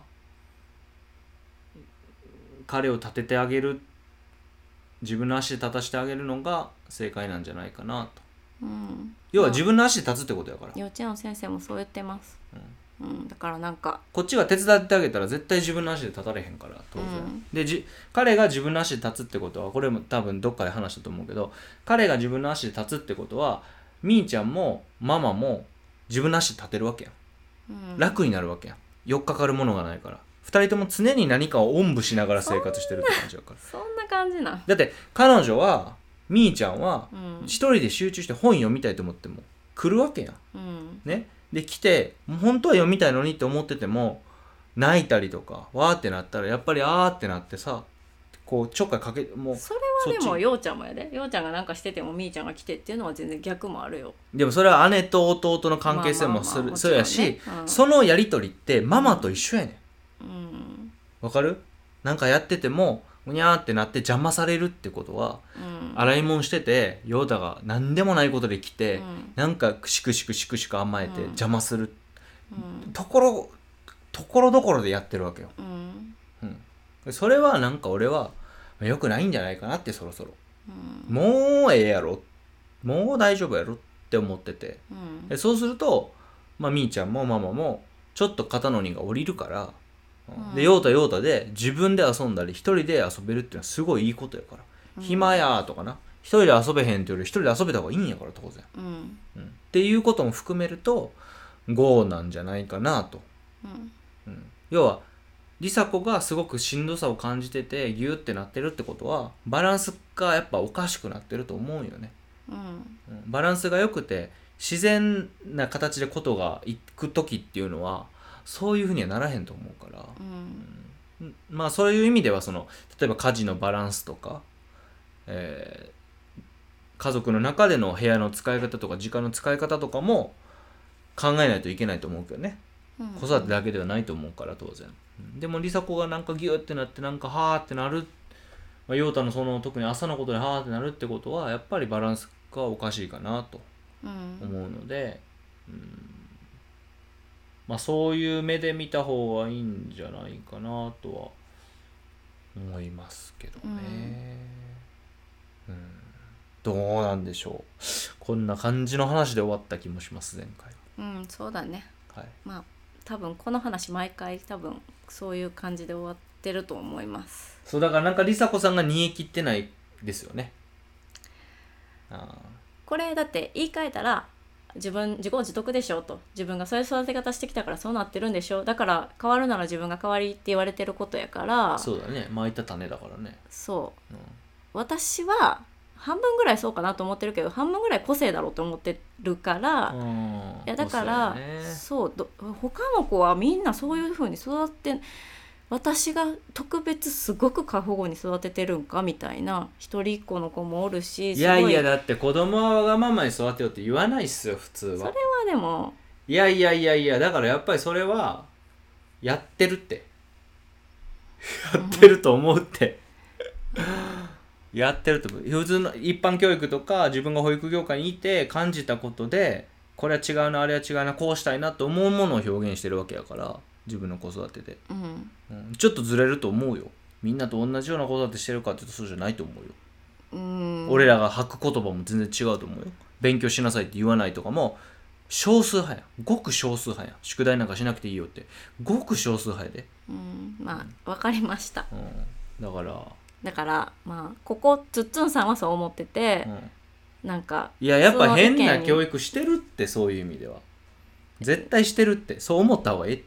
彼を立ててあげる、自分の足で立たせてあげるのが正解なんじゃないかなと、要は自分の足で立つってことやから、 幼稚園の先生もそう言ってます、だからなんかこっちが手伝ってあげたら絶対自分の足で立たれへんから当然、で彼が自分の足で立つってことは、これも多分どっかで話したと思うけど、彼が自分の足で立つってことはみーちゃんもママも自分の足で立てるわけやん、楽になるわけやん、よっかかるものがないから、2人とも常に何かをおんぶしながら生活してるって感じだから。 そんな感じな。 だって彼女はみーちゃんは一人で集中して本読みたいと思っても来るわけやん、ね、で来て本当は読みたいのにって思ってても泣いたりとかわーってなったらやっぱりあーってなってさ、こうちょっかいかけ、もうそれはでもようちゃんもやで、ようちゃんがなんかしててもみーちゃんが来てっていうのは全然逆もあるよ。 でもそれは姉と弟の関係性もそうやし、そのやり取りってママと一緒やねん、わかる？なんかやっててもうにゃーってなって邪魔されるってことは、洗い物しててヨーダが何でもないことで来て、なんかしくしく甘えて邪魔する、ところどころでやってるわけよ、それはなんか俺は良くないんじゃないかなって、そろそろ、もうええやろ、もう大丈夫やろって思ってて、そうするとみーちゃんもママもちょっと肩の荷が下りるから、でヨータで自分で遊んだり一人で遊べるっていうのはすごいいいことやから、暇やーとかな、一人で遊べへんっていうより一人で遊べた方がいいんやから当然、っていうことも含めるとGOなんじゃないかなと、要は梨紗子がすごくしんどさを感じててギューってなってるってことはバランスがやっぱおかしくなってると思うよね、バランスが良くて自然な形でことがいく時っていうのはそういうふうにはならへんと思うから、まあそういう意味ではその例えば家事のバランスとか、家族の中での部屋の使い方とか時間の使い方とかも考えないといけないと思うけどね、子育てだけではないと思うから当然、でも梨紗子がなんかギューってなってなんかはーってなる、陽太のその特に朝のことではーってなるってことはやっぱりバランスがおかしいかなと思うので、まあそういう目で見た方がいいんじゃないかなとは思いますけどね、どうなんでしょう、こんな感じの話で終わった気もします前回。 そうだね、 はい、 まあ多分この話毎回多分そういう感じで終わってると思います。 そうだからなんか梨紗子さんが煮え切ってないですよね。 これだって言い換えたら自業自得でしょと、自分がそういう育て方してきたからそうなってるんでしょ、だから変わるなら自分が変わりって言われてることやから。そうだね、 巻いた種だからね。 そう、私は半分ぐらいそうかなと思ってるけど半分ぐらい個性だろうと思ってるから、いやだからそう他の子はみんなそういう風に育って私が特別すごく過保護に育ててるんかみたいな一人っ子の子もおるし、 いやいやだって子供はわがままに育てようって言わないっすよ普通は。 それはでもいやだからやっぱりそれはやってるってやってると思うってやってると思う。普通の一般教育とか自分が保育業界にいて感じたことでこれは違うなあれは違うなこうしたいなと思うものを表現してるわけやから自分の子育てで、ちょっとずれると思うよ。みんなと同じような子育てしてるかっていうとそうじゃないと思うよ。俺らが吐く言葉も全然違うと思うよ。勉強しなさいって言わないとかも少数派やん。ごく少数派やん。宿題なんかしなくていいよってごく少数派やで。 まあ分かりました、 だからまあここつっつんさんはそう思ってて、なんかいややっぱ変な教育してるって。そういう意味では絶対してるって。そう思った方がええって。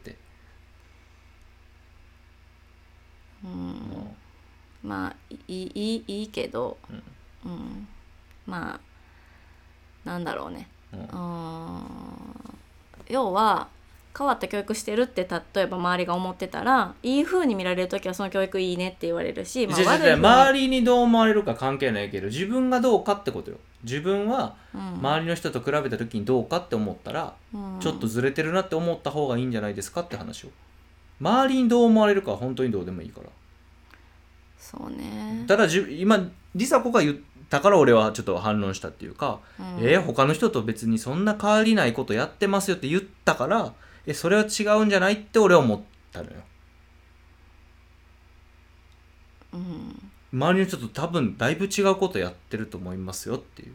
まあいいけど、まあなんだろうね、要は変わった教育してるって例えば周りが思ってたらいい風に見られるときはその教育いいねって言われるし、 周りにどう思われるか関係ないけど自分がどうかってことよ。自分は周りの人と比べた時にどうかって思ったら、ちょっとずれてるなって思った方がいいんじゃないですかって話を。周りにどう思われるかは本当にどうでもいいから。 そうね。 ただ今梨紗子が言ったから俺はちょっと反論したっていうか、他の人と別にそんな変わりないことやってますよって言ったからそれは違うんじゃないって俺は思ったのよ。周りの人と多分だいぶ違うことやってると思いますよっていう、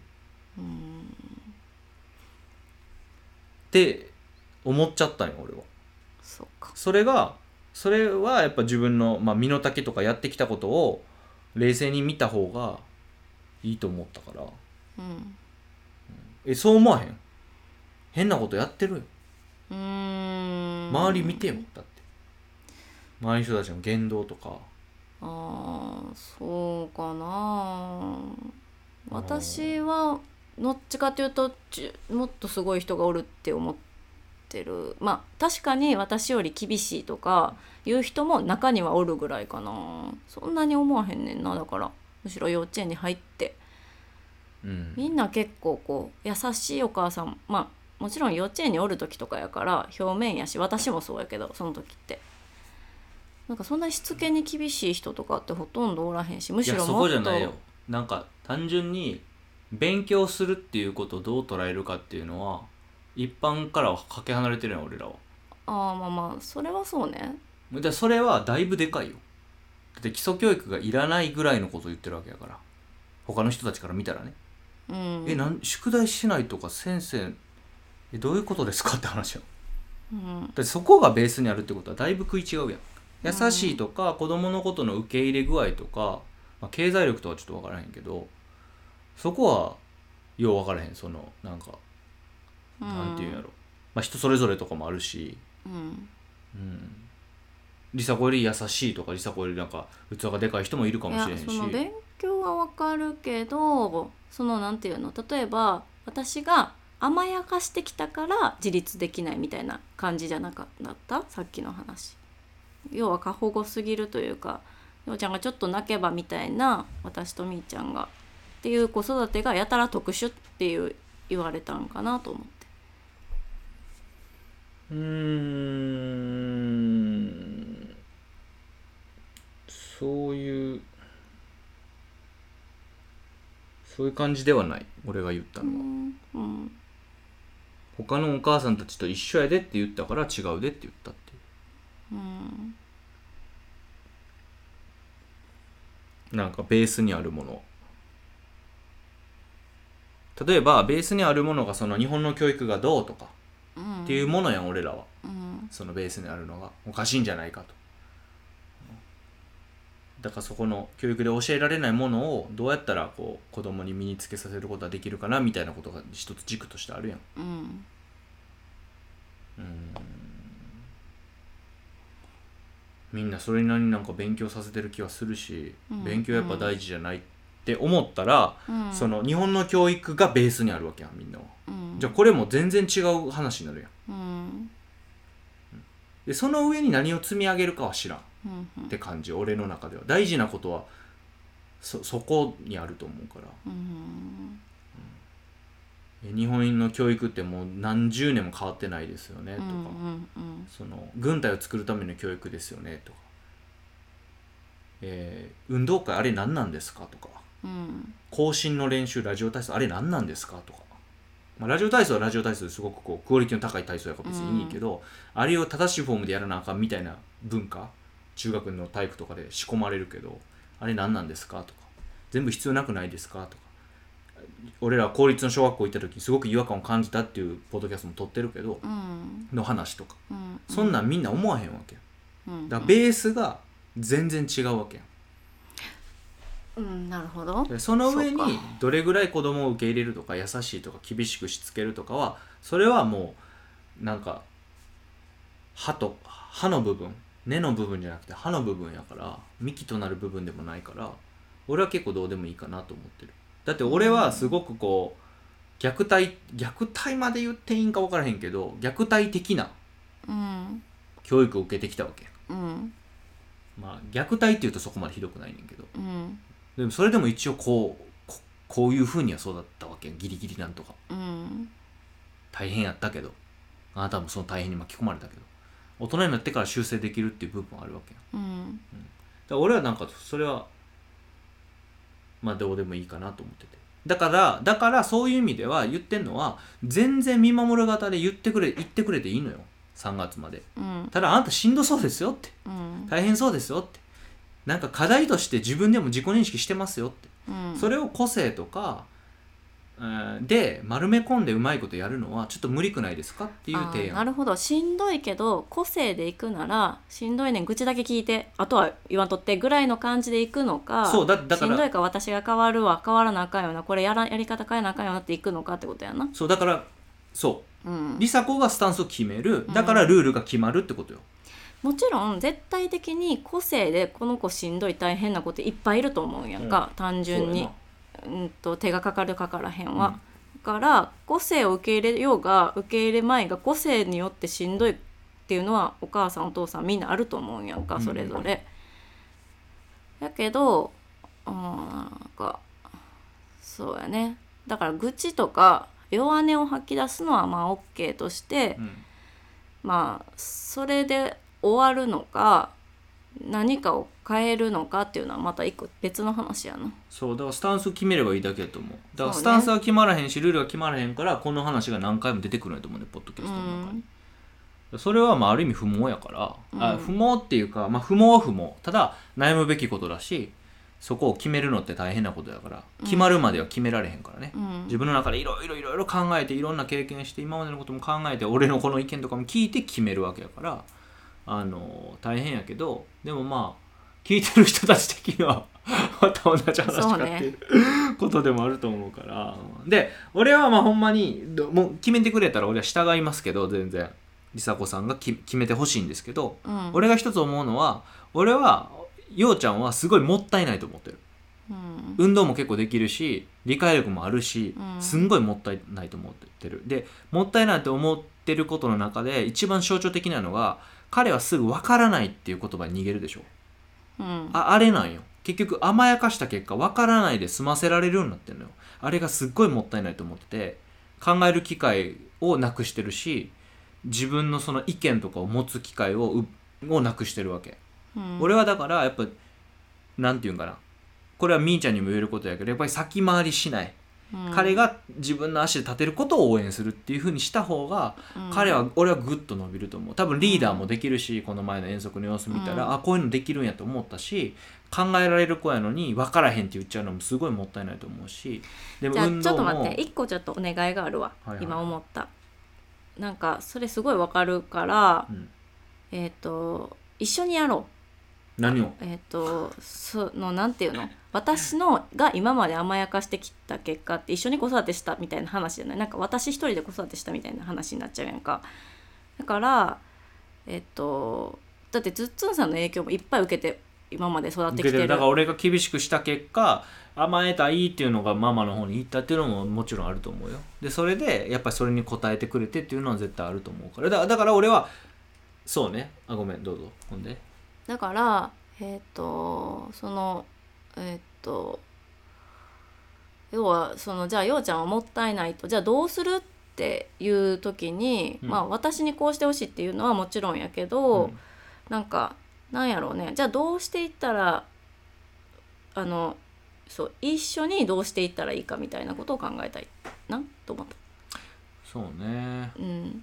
って思っちゃったんよ俺は。 そうか。 それはやっぱ自分の、身の丈とかやってきたことを冷静に見た方がいいと思ったから、そう思わへん？変なことやってるよ。周り見てよ。だって周りの人たちの言動とか。 そうかな。私はどっちかというともっとすごい人がおるって思ってる。まあ確かに私より厳しいとかいう人も中にはおるぐらいかな。そんなに思わへんねんな。だからむしろ幼稚園に入って、みんな結構こう優しいお母さん、もちろん幼稚園におる時とかやから表面やし、私もそうやけどその時ってなんかそんなしつけに厳しい人とかってほとんどおらへんし、むしろもっと。 いやそこじゃないよ。なんか単純に勉強するっていうことをどう捉えるかっていうのは一般からはかけ離れてるやん俺らは。 まあそれはそうね。 でそれはだいぶでかいよ。だって基礎教育がいらないぐらいのことを言ってるわけやから他の人たちから見たらね、宿題しないとか先生どういうことですかって話よ。だってそこがベースにあるってことはだいぶ食い違うやん。優しいとか子供のことの受け入れ具合とか、経済力とはちょっと分からへんけどそこはよう分からへん。そのなんか、なんていうんやろ、人それぞれとかもあるし、梨紗子より優しいとか梨紗子よりなんか器がでかい人もいるかもしれへんし。 その勉強は分かるけどそのなんていうの、例えば私が甘やかしてきたから自立できないみたいな感じじゃなかったさっきの話。要は過保護すぎるというか、ようちゃんがちょっと泣けばみたいな私とみーちゃんがっていう子育てがやたら特殊っていう言われたんかなと思って。 そういう感じではない俺が言ったのは。他のお母さんたちと一緒やでって言ったから違うでって言ったっていう、なんかベースにあるもの、例えばベースにあるものがその日本の教育がどうとかっていうものやん俺らは、そのベースにあるのがおかしいんじゃないかと。だからそこの教育で教えられないものをどうやったらこう子供に身につけさせることができるかなみたいなことが一つ軸としてあるやん。みんなそれなりになんか勉強させてる気はするし、勉強やっぱ大事じゃないって思ったら、その日本の教育がベースにあるわけやんみんなは、じゃあこれも全然違う話になるやん、でその上に何を積み上げるかは知らん。 って感じ、俺の中では大事なことはそこにあると思うから、日本の教育ってもう何十年も変わってないですよねとか、その軍隊を作るための教育ですよねとか、運動会あれ何なんですかとか、行進の練習ラジオ体操あれ何なんですかとか、ラジオ体操はラジオ体操ですごくこうクオリティの高い体操やから別にいいけど、あれを正しいフォームでやらなあかんみたいな文化、中学の体育とかで仕込まれるけど、あれ何なんですかとか、全部必要なくないですかとか、俺ら公立の小学校行った時すごく違和感を感じたっていうポッドキャストも撮ってるけど、の話とか、そんなんみんな思わへんわけや、だからベースが全然違うわけや。 なるほど。 その上にどれぐらい子供を受け入れるとか優しいとか厳しくしつけるとかは、それはもうなんか歯の部分、根の部分じゃなくて歯の部分やから、幹となる部分でもないから、俺は結構どうでもいいかなと思ってる。だって俺はすごくこう虐待まで言っていいんか分からへんけど、虐待的な教育を受けてきたわけ、虐待っていうとそこまでひどくないねんけど、でもそれでも一応こういう風には育ったわけ、ギリギリなんとか、大変やったけど、あなたもその大変に巻き込まれたけど、大人になってから修正できるっていう部分はあるわけや、だから俺はなんかそれはどうでもいいかなと思ってて、だからそういう意味では言ってんのは、全然見守る型で言ってくれていいのよ、3月まで、ただあなたしんどそうですよって、大変そうですよって、なんか課題として自分でも自己認識してますよって、それを個性とか、で丸め込んでうまいことやるのはちょっと無理くないですかっていう提案。 なるほど。しんどいけど個性でいくなら、しんどいねん愚痴だけ聞いてあとは言わんとってぐらいの感じでいくのか、 そうだからしんどいから私が変わるわ、変わらなあかんよな、これやり方変えなあかんよなっていくのかってことやな。 そうだから梨紗子がスタンスを決める、だからルールが決まるってことよ、 もちろん絶対的に個性でこの子しんどい大変な子っていっぱいいると思うんやんか、単純に、手がかかるかからへんは、だから個性を受け入れようが受け入れまいが、個性によってしんどいっていうのはお母さんお父さんみんなあると思うんやんか、それぞれ、だけどなんかそうやね、だから愚痴とか弱音を吐き出すのはOK として、それで終わるのか何かを変えるのかっていうのはまた一個別の話やな。 そうだからスタンスを決めればいいだけだと思う。だからスタンスは決まらへんし、ルールが決まらへんから、この話が何回も出てくるんやと思うね、ポッドキャストの中に、それはある意味不毛やから、不毛っていうか、不毛は不毛、ただ悩むべきことだし、そこを決めるのって大変なことだから、決まるまでは決められへんからね、自分の中でいろいろ考えて、いろんな経験して、今までのことも考えて、俺のこの意見とかも聞いて決めるわけやから、大変やけど、でも聞いてる人たち的にはまた同じ話かっていうことでもあると思うから、で俺はほんまにもう決めてくれたら俺は従いますけど、全然梨紗子さんが決めてほしいんですけど、俺が一つ思うのは、俺はようちゃんはすごいもったいないと思ってる、運動も結構できるし理解力もあるし、すんごいもったいないと思ってる。でもったいないと思ってることの中で一番象徴的なのが、彼はすぐ分からないっていう言葉に逃げるでしょ、あれなんよ、結局甘やかした結果分からないで済ませられるようになってるのよ。あれがすっごいもったいないと思ってて、考える機会をなくしてるし、自分のその意見とかを持つ機会をなくしてるわけ、俺はだからやっぱなんていうんかな、これはみーちゃんにも言えることやけど、やっぱり先回りしない、彼が自分の足で立てることを応援するっていう風にした方が、俺はグッと伸びると思う。多分リーダーもできるし、この前の遠足の様子見たら、こういうのできるんやと思ったし、考えられる子やのに分からへんって言っちゃうのもすごいもったいないと思うし、でも運動も、 じゃあちょっと待って、一個ちょっとお願いがあるわ、今思った。なんかそれすごい分かるから、一緒にやろう。 何をなんていうの、私のが今まで甘やかしてきた結果って一緒に子育てしたみたいな話じゃない、なんか私一人で子育てしたみたいな話になっちゃうやんか。だからだってズッツンさんの影響もいっぱい受けて今まで育ってきてる。 だから俺が厳しくした結果、甘えたいっていうのがママの方に行ったっていうのももちろんあると思うよ。でそれでやっぱりそれに応えてくれてっていうのは絶対あると思うから、だから俺はそうね、ごめんどうぞ。ほんでだからその要はじゃあようちゃんはもったいないと、じゃあどうするっていう時に、まあ私にこうしてほしいっていうのはもちろんやけど、なんかなんやろうね、じゃあどうしていったらそう一緒にどうしていったらいいかみたいなことを考えたいなと思った。 そうね、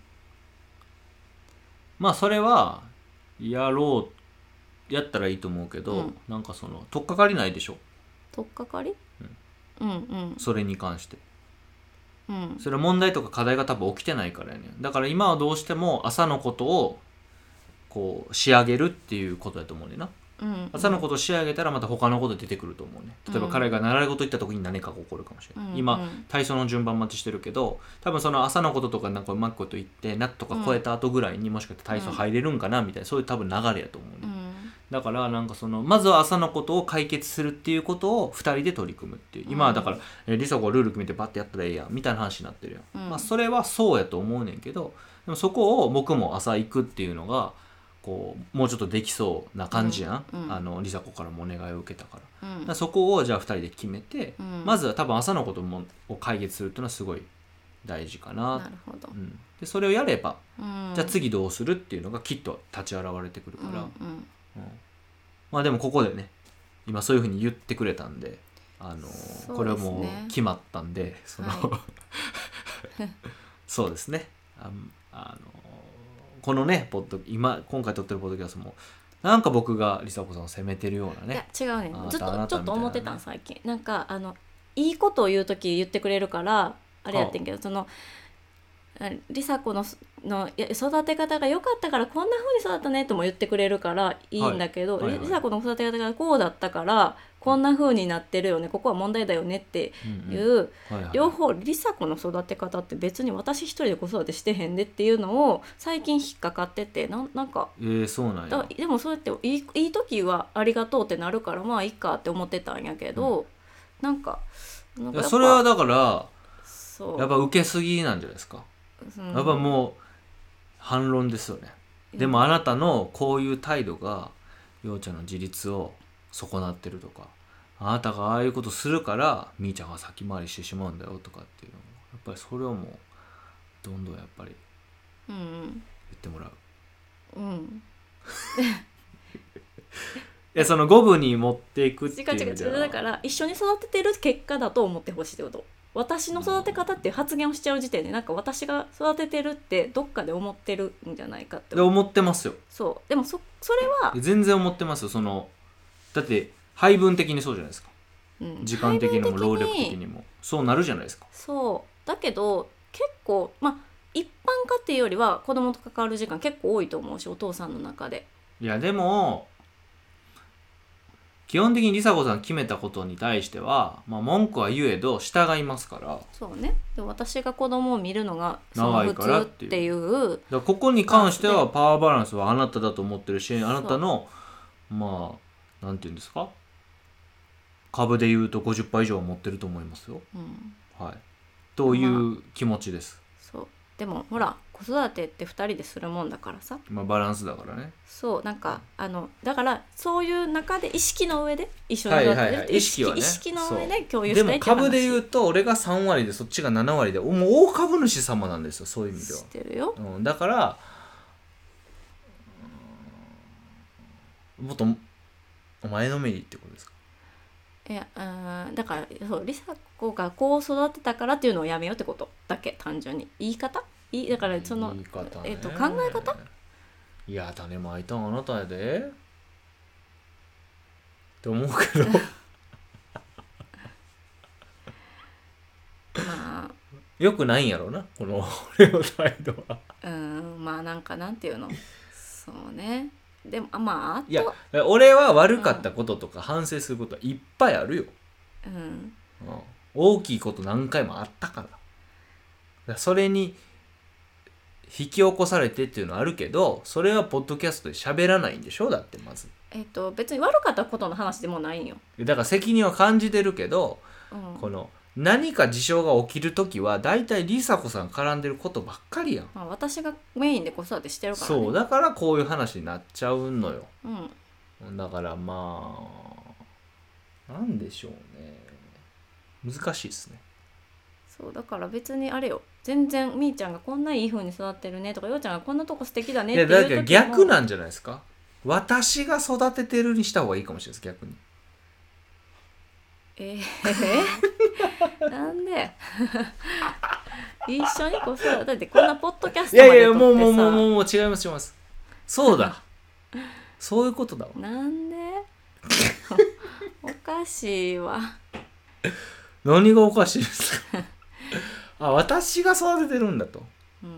まあそれはやったらいいと思うけど、なんか取っかかりないでしょ。 取っかかり、 それに関して、それは問題とか課題が多分起きてないからやね。だから今はどうしても朝のことをこう仕上げるっていうことだと思うねんな。朝のことを仕上げたらまた他のこと出てくると思うね。例えば彼が習い事行った時に何かが起こるかもしれない、今体操の順番待ちしてるけど、多分その朝のこととかなんかうまくこと言ってナットか超えた後ぐらいにもしかして体操入れるんかなみたいな、そういう多分流れやと思うね、だからなんかまずは朝のことを解決するっていうことを2人で取り組むっていう。今はだから、梨紗子がルール決めてバッてやったらええやんみたいな話になってるよ、まあそれはそうやと思うねんけど、でもそこを僕も朝行くっていうのがこうもうちょっとできそうな感じやん、梨紗子からもお願いを受けたから、だからそこをじゃあ2人で決めて、まずは多分朝のことを解決するっていうのはすごい大事かな。 なるほど、 でそれをやれば、じゃあ次どうするっていうのがきっと立ち現れてくるから、まあでもここでね今そういうふうに言ってくれたんで、これはもう決まったんで、そうですね、このね今回撮ってるポッドキャストもなんか僕が梨紗子さんを責めてるようなね。 いや違うね、ちょっと思ってたん最近。なんかいいことを言う時言ってくれるからあれやってんけど、梨紗子の育て方が良かったからこんな風に育ったねとも言ってくれるからいいんだけど、梨紗子の育て方がこうだったからこんな風になってるよね、ここは問題だよねっていう、両方梨紗子の育て方って別に私一人で子育てしてへんでっていうのを最近引っかかってて、なんかそうなんや。 でもそうやっていい時はありがとうってなるからまあいいかって思ってたんやけど、なんかそれはだからやっぱ受けすぎなんじゃないですか。やっぱもう反論ですよね。でもあなたのこういう態度がようちゃんの自立を損なってるとか、あなたがああいうことするからみーちゃんが先回りしてしまうんだよとかっていうのもやっぱりそれをもうどんどんやっぱり言ってもらう。その五分に持っていくっていう意味ではだから一緒に育ててる結果だと思ってほしいってこと。私の育て方っていう発言をしちゃう時点でなんか私が育ててるってどっかで思ってるんじゃないかって思ってますよ。 そうでもそれは全然思ってますよ。だって配分的にそうじゃないですか、時間的にも労力的にもそうなるじゃないですか。 そうだけど結構一般家庭よりは子供と関わる時間結構多いと思うし、お父さんの中で。 いやでも基本的に梨紗子さん決めたことに対しては、文句は言えど従いますから。 そうね。で私が子供を見るのがその普通っていう。 だからここに関してはパワーバランスはあなただと思ってるし、あなたのなんていうんですか、株でいうと 50% 以上は持ってると思いますよ、という気持ちです。 そうでもほら子育てって2人でするもんだからさ、 バランスだからね。 そうなんかだからそういう中で意識の上で一緒に育てるって意識はね、意識の上で共有したいって話。 でも株でいうと俺が3割でそっちが7割でもう大株主様なんですよ、そういう意味では。 知ってるよ、 だからもっとお前のめりってことですか。 いやだからそう梨紗子がこう育てたからっていうのをやめようってことだけ、単純に言い方だからその言い方、ね、 考え方。 いや種まいたんあなたやでって思うけどよくないんやろうな、この俺の態度は。 なんかなんていうの、そうね。でもいや俺は悪かったこととか反省することはいっぱいあるよ、大きいこと何回もあったから。それに引き起こされてっていうのはあるけど、それはポッドキャストで喋らないんでしょ。だってまず別に悪かったことの話でもないんよ。 だから責任は感じてるけど、この何か事象が起きるときはだいたい梨紗子さん絡んでることばっかりやん、 私がメインで子育てしてるからね。 そうだからこういう話になっちゃうのよ、 だからまあなんでしょうね、難しいですね。 そうだから別にあれよ、全然みーちゃんがこんないい風に育ってるねとか、ようちゃんがこんなとこ素敵だねっていう時も、 いやだから逆なんじゃないですか。私が育ててるにした方がいいかもしれないです、逆に。 なんで一緒に子育てだってこんなポッドキャストまで撮ってさ、 いやいやもう違います違います。そうだそういうことだわ。 なんでおかしいわ。 何がおかしいですかあ、私が育ててるんだと、 うん、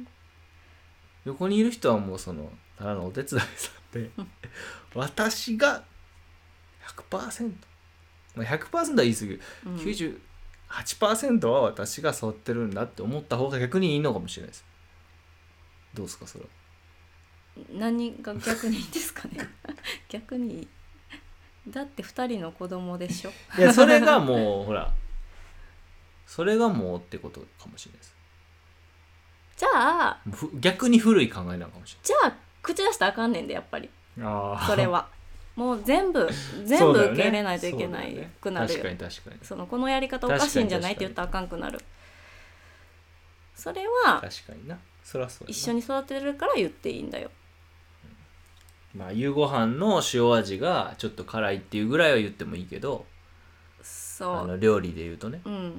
横にいる人はもうそのただのお手伝いさんで私が 100%、まあ、100% は言い過ぎる、 うん、 98% は私が育ってるんだって思った方が逆にいいのかもしれないです。どうですかそれは。 何が逆にいいんですかね逆にいい。だって2人の子供でしょ。 いやそれがもうほらそれがもうってことかもしれないです。 じゃあ逆に古い考えなのかもしじゃあ口出したらあかんねんで、やっぱりれない。あそれはもう全部受け入れないといけないくなるよ。 確かにそのこのやり方おかしいんじゃないって言ったらあかんくなる。それは確かにな、そりゃそうやな。 一緒に育てるから言っていいんだよ。 まあ夕ご飯の塩味がちょっと辛いっていうぐらいは言ってもいいけど、 そう料理で言うとね、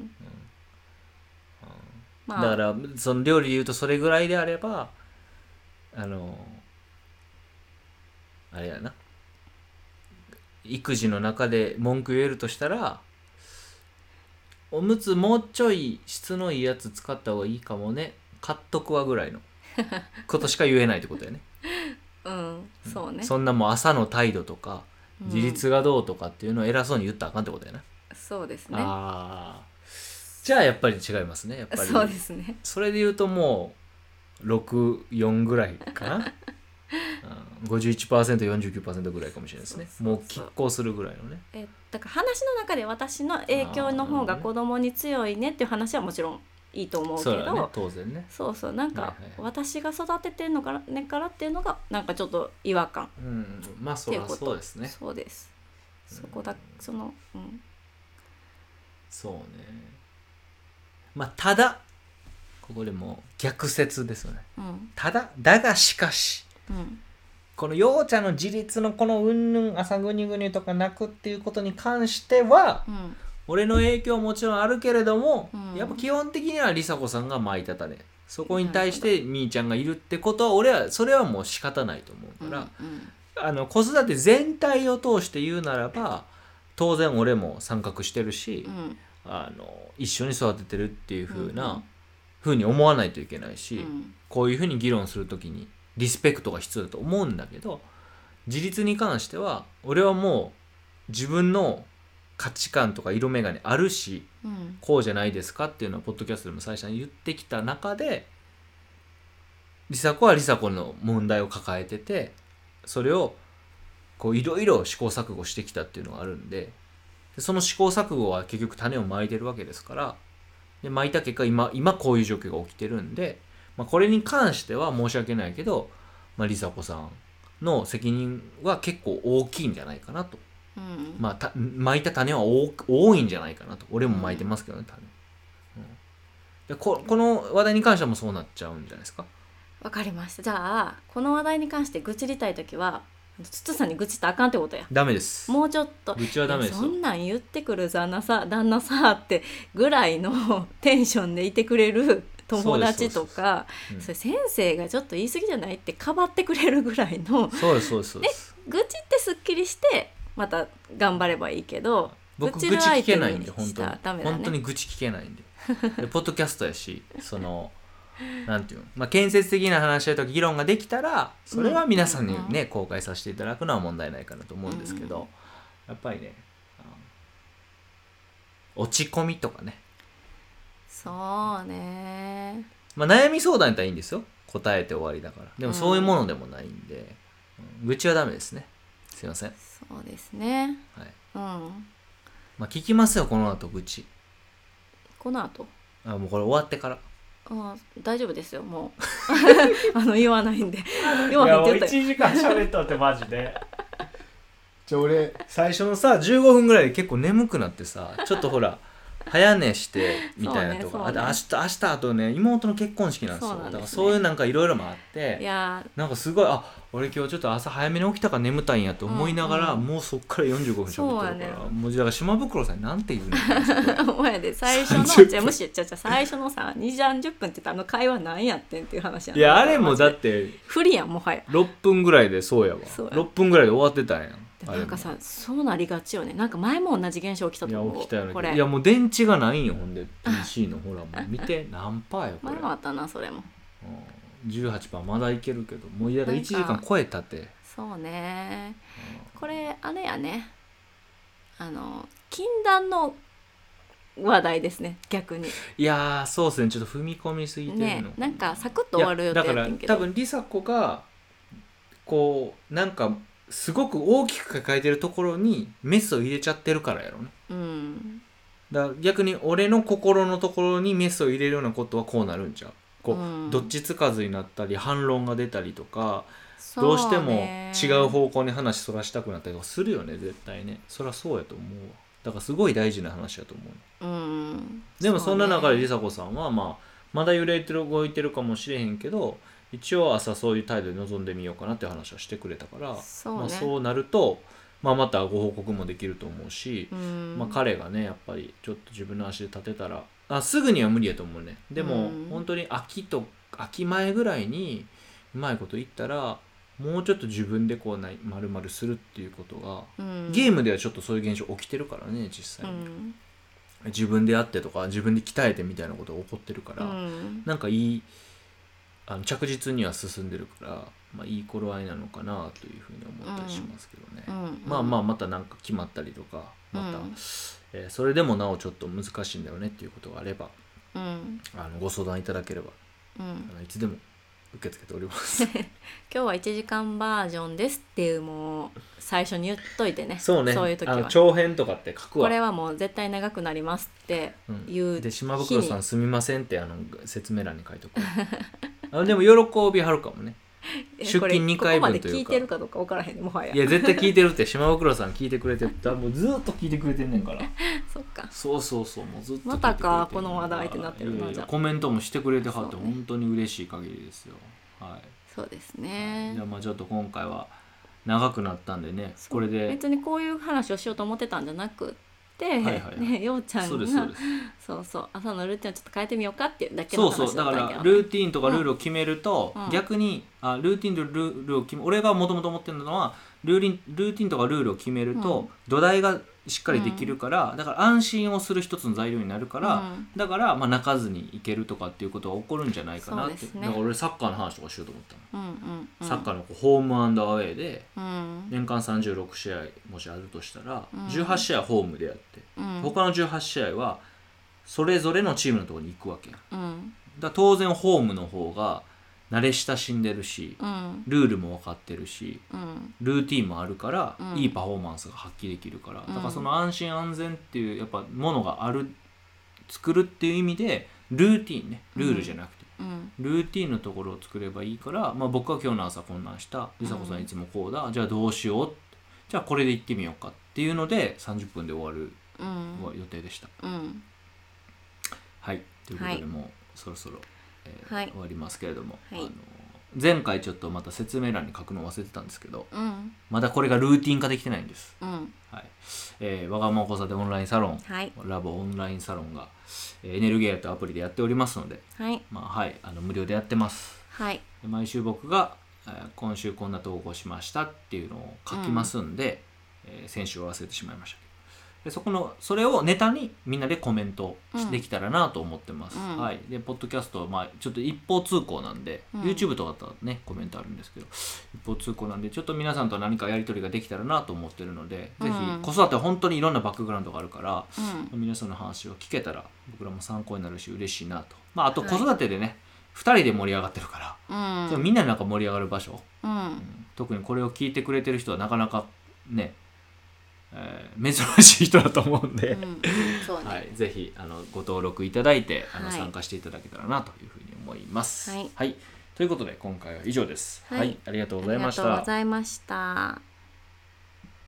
まあ、 だからその料理で言うとそれぐらいであればあれやな、育児の中で文句言えるとしたら、おむつもうちょい質のいいやつ使った方がいいかもね、買っとくわぐらいのことしか言えないってことやねそうね。 そんなもう朝の態度とか自立がどうとかっていうのを偉そうに言ったらあかんってことやな。 そうですね。 ああ、じゃあやっぱり違いますね。やっぱりそうですね。 それで言うともう64ぐらいかな51%49% ぐらいかもしれないですね。もう拮抗するぐらいのね。 だから話の中で私の影響の方が子供に強いねっていう話はもちろんいいと思うけど、 そうだね、当然ね。 そうなんか私が育ててんのからねからっていうのがなんかちょっと違和感。 まあそりゃそうですね。 そうです。そこだそうね。まあただここでも逆説ですよね。ただだがしかし、このようちゃんの自立のこのうんぬん朝ぐにぐにとか泣くっていうことに関しては、俺の影響もちろんあるけれども、やっぱ基本的には梨紗子さんが巻いた種、そこに対してみーちゃんがいるってことは俺はそれはもう仕方ないと思うから、子育て全体を通して言うならば当然俺も参画してるし、一緒に育ててるっていう風に思わないといけないし、こういう風に議論するときにリスペクトが必要だと思うんだけど、自立に関しては俺はもう自分の価値観とか色眼鏡あるし、こうじゃないですかっていうのをポッドキャストでも最初に言ってきた中で、梨紗子は梨紗子の問題を抱えてて、それをこういろいろ試行錯誤してきたっていうのがあるんで、その試行錯誤は結局種をまいてるわけですから、でまいた結果今こういう状況が起きてるんで、これに関しては申し訳ないけど、梨紗子さんの責任は結構大きいんじゃないかなと。まいた種は多いんじゃないかなと。俺もまいてますけどね、種。でこの話題に関してはもうそうなっちゃうんじゃないですか。 わかりました。じゃあこの話題に関して愚痴りたいときはつつさんに愚痴ったらあかんってことや。 ダメです。 もうちょっと愚痴はダメですよ。 そんなん言ってくる旦那さってぐらいのテンションでいてくれる友達とか、それ先生がちょっと言い過ぎじゃないってかばってくれるぐらいの。 そうです愚痴ってすっきりしてまた頑張ればいいけど、 僕愚痴聞けないんで本当に愚痴聞けないんでポッドキャストやし、なんていうの、建設的な話し合いとか議論ができたらそれは皆さんにね、公開させていただくのは問題ないかなと思うんですけど、やっぱりね落ち込みとかね、 そうね、 悩み相談やったらいいんですよ、答えて終わりだから。でもそういうものでもないんで、愚痴はダメですね。すいません。 そうですね。聞きますよこの後愚痴。 この後もうこれ終わってから。 大丈夫ですよもう言わないんで言わないって言った 1時間喋っとってマジで俺最初のさ15分ぐらいで結構眠くなってさちょっとほら早寝してみたいなとか、ね、明日あとね妹の結婚式なんですよ。だからそういうなんかいろいろもあってなんかすごい俺今日ちょっと朝早めに起きたから眠たいんやと思いながら、もうそっから45分喋ってるから、もうだから島袋さんなんて言うのお前で最初の最初のさ2時30分って言ったら会話なんやってんっていう話やん。 いやあれもだって不利やんもはや 6分ぐらいでそうやわ6分ぐらいで終わってたんやん。 なんかさそうなりがちよね。なんか前も同じ現象起きたと思う。 いや起きたよね。 これいやもう電池がないんよ。ほんで PC のほらもう見て何パーよこれ。 前もあったなそれも。 18%まだいけるけどもういや1時間超えたって。 そうね。これあれやね。禁断の話題ですね逆に。 いやそうですねちょっと踏み込みすぎてるの。 ねなんかサクッと終わる予定やってんけど。 だから多分梨紗子がこうなんかすごく大きく抱えてるところにメスを入れちゃってるからやろね。だから逆に俺の心のところにメスを入れるようなことはこうなるんちゃう。こう、どっちつかずになったり反論が出たりとか、どうしても違う方向に話そらしたくなったりとかするよね絶対ね。そりゃそうやと思うわ。だからすごい大事な話やと思う。でもそんな中で梨紗子さんはまだ揺れてる動いてるかもしれへんけど一応朝そういう態度で臨んでみようかなっていう話はしてくれたから、そうなると、またご報告もできると思うし、彼がねやっぱりちょっと自分の足で立てたらすぐには無理やと思うね。でも本当に秋前ぐらいにうまいこと言ったらもうちょっと自分でこう丸々するっていうことが、ゲームではちょっとそういう現象起きてるからね実際に、自分でやってとか自分で鍛えてみたいなことが起こってるから、なんかいい着実には進んでるから、いい頃合いなのかなというふうに思ったりしますけどね。また何か決まったりとかそれでもなおちょっと難しいんだよねっていうことがあれば、ご相談いただければ、いつでも受け付けております今日は1時間バージョンですっていうもう最初に言っといてね。 そうね。 そういう時は長編とかって書くわ。 これはもう絶対長くなりますっていう、 で島袋さんすみませんって説明欄に書いておくでも喜びはるかもね。出勤2回分というか。ここまで聞いてるかどうか分からへんねもはや。 いや絶対聞いてるって島袋さん聞いてくれてる。もうずっと聞いてくれてんねんからそっか。 そうもうずっと聞いてくれてる。 またかこの話題ってなってるな。じゃあコメントもしてくれてはって本当に嬉しい限りですよ。 そうですね。 じゃあちょっと今回は長くなったんでねこれで別にこういう話をしようと思ってたんじゃなくて、ようちゃんがそう朝のルーティンをちょっと変えてみようかっていうだけの話だったんだけど、 だからルーティンとかルールを決めると、逆にルーティンとルールを決め俺がもともと思ってるのはルーティンとかルールを決めると、土台がしっかりできるから、だから安心をする一つの材料になるから、だから泣かずにいけるとかっていうことが起こるんじゃないかなって、だから俺サッカーの話とかしようと思ったの、サッカーのホームアンドアウェーで、年間36試合もしあるとしたら、18試合ホームでやって、他の18試合はそれぞれのチームのところに行くわけや、だ当然ホームの方が慣れ親しんでるし、ルールも分かってるし、ルーティンもあるから、いいパフォーマンスが発揮できるから、だからその安心安全っていうやっぱものが作るっていう意味でルーティンね、ルールじゃなくて、ルーティンのところを作ればいいから、僕は今日の朝こんなんした梨紗子さんいつもこうだ、じゃあどうしよう、じゃあこれで行ってみようかっていうので30分で終わる予定でした。はいということでもうそろそろ終わりますけれども、前回ちょっとまた説明欄に書くの忘れてたんですけど、まだこれがルーティン化できてないんです、わがまま交差点オンラインサロン、ラボオンラインサロンが、エネルゲーというアプリでやっておりますので、無料でやってます、毎週僕が、今週こんな投稿しましたっていうのを書きますんで、先週は忘れてしまいましたけど、でそれをネタにみんなでコメントできたらなと思ってます、でポッドキャストちょっと一方通行なんで、YouTube とかだったらねコメントあるんですけど一方通行なんでちょっと皆さんと何かやり取りができたらなと思ってるので、ぜひ子育ては本当にいろんなバックグラウンドがあるから、皆さんの話を聞けたら僕らも参考になるし嬉しいなと、あと子育てでね、2人で盛り上がってるから、みんなでなんか盛り上がる場所、特にこれを聞いてくれてる人はなかなかね珍しい人だと思うんで、ぜひご登録いただいて参加していただけたらなというふうに思います。ということで今回は以上です。ありがとうございました。 ありがとうございました。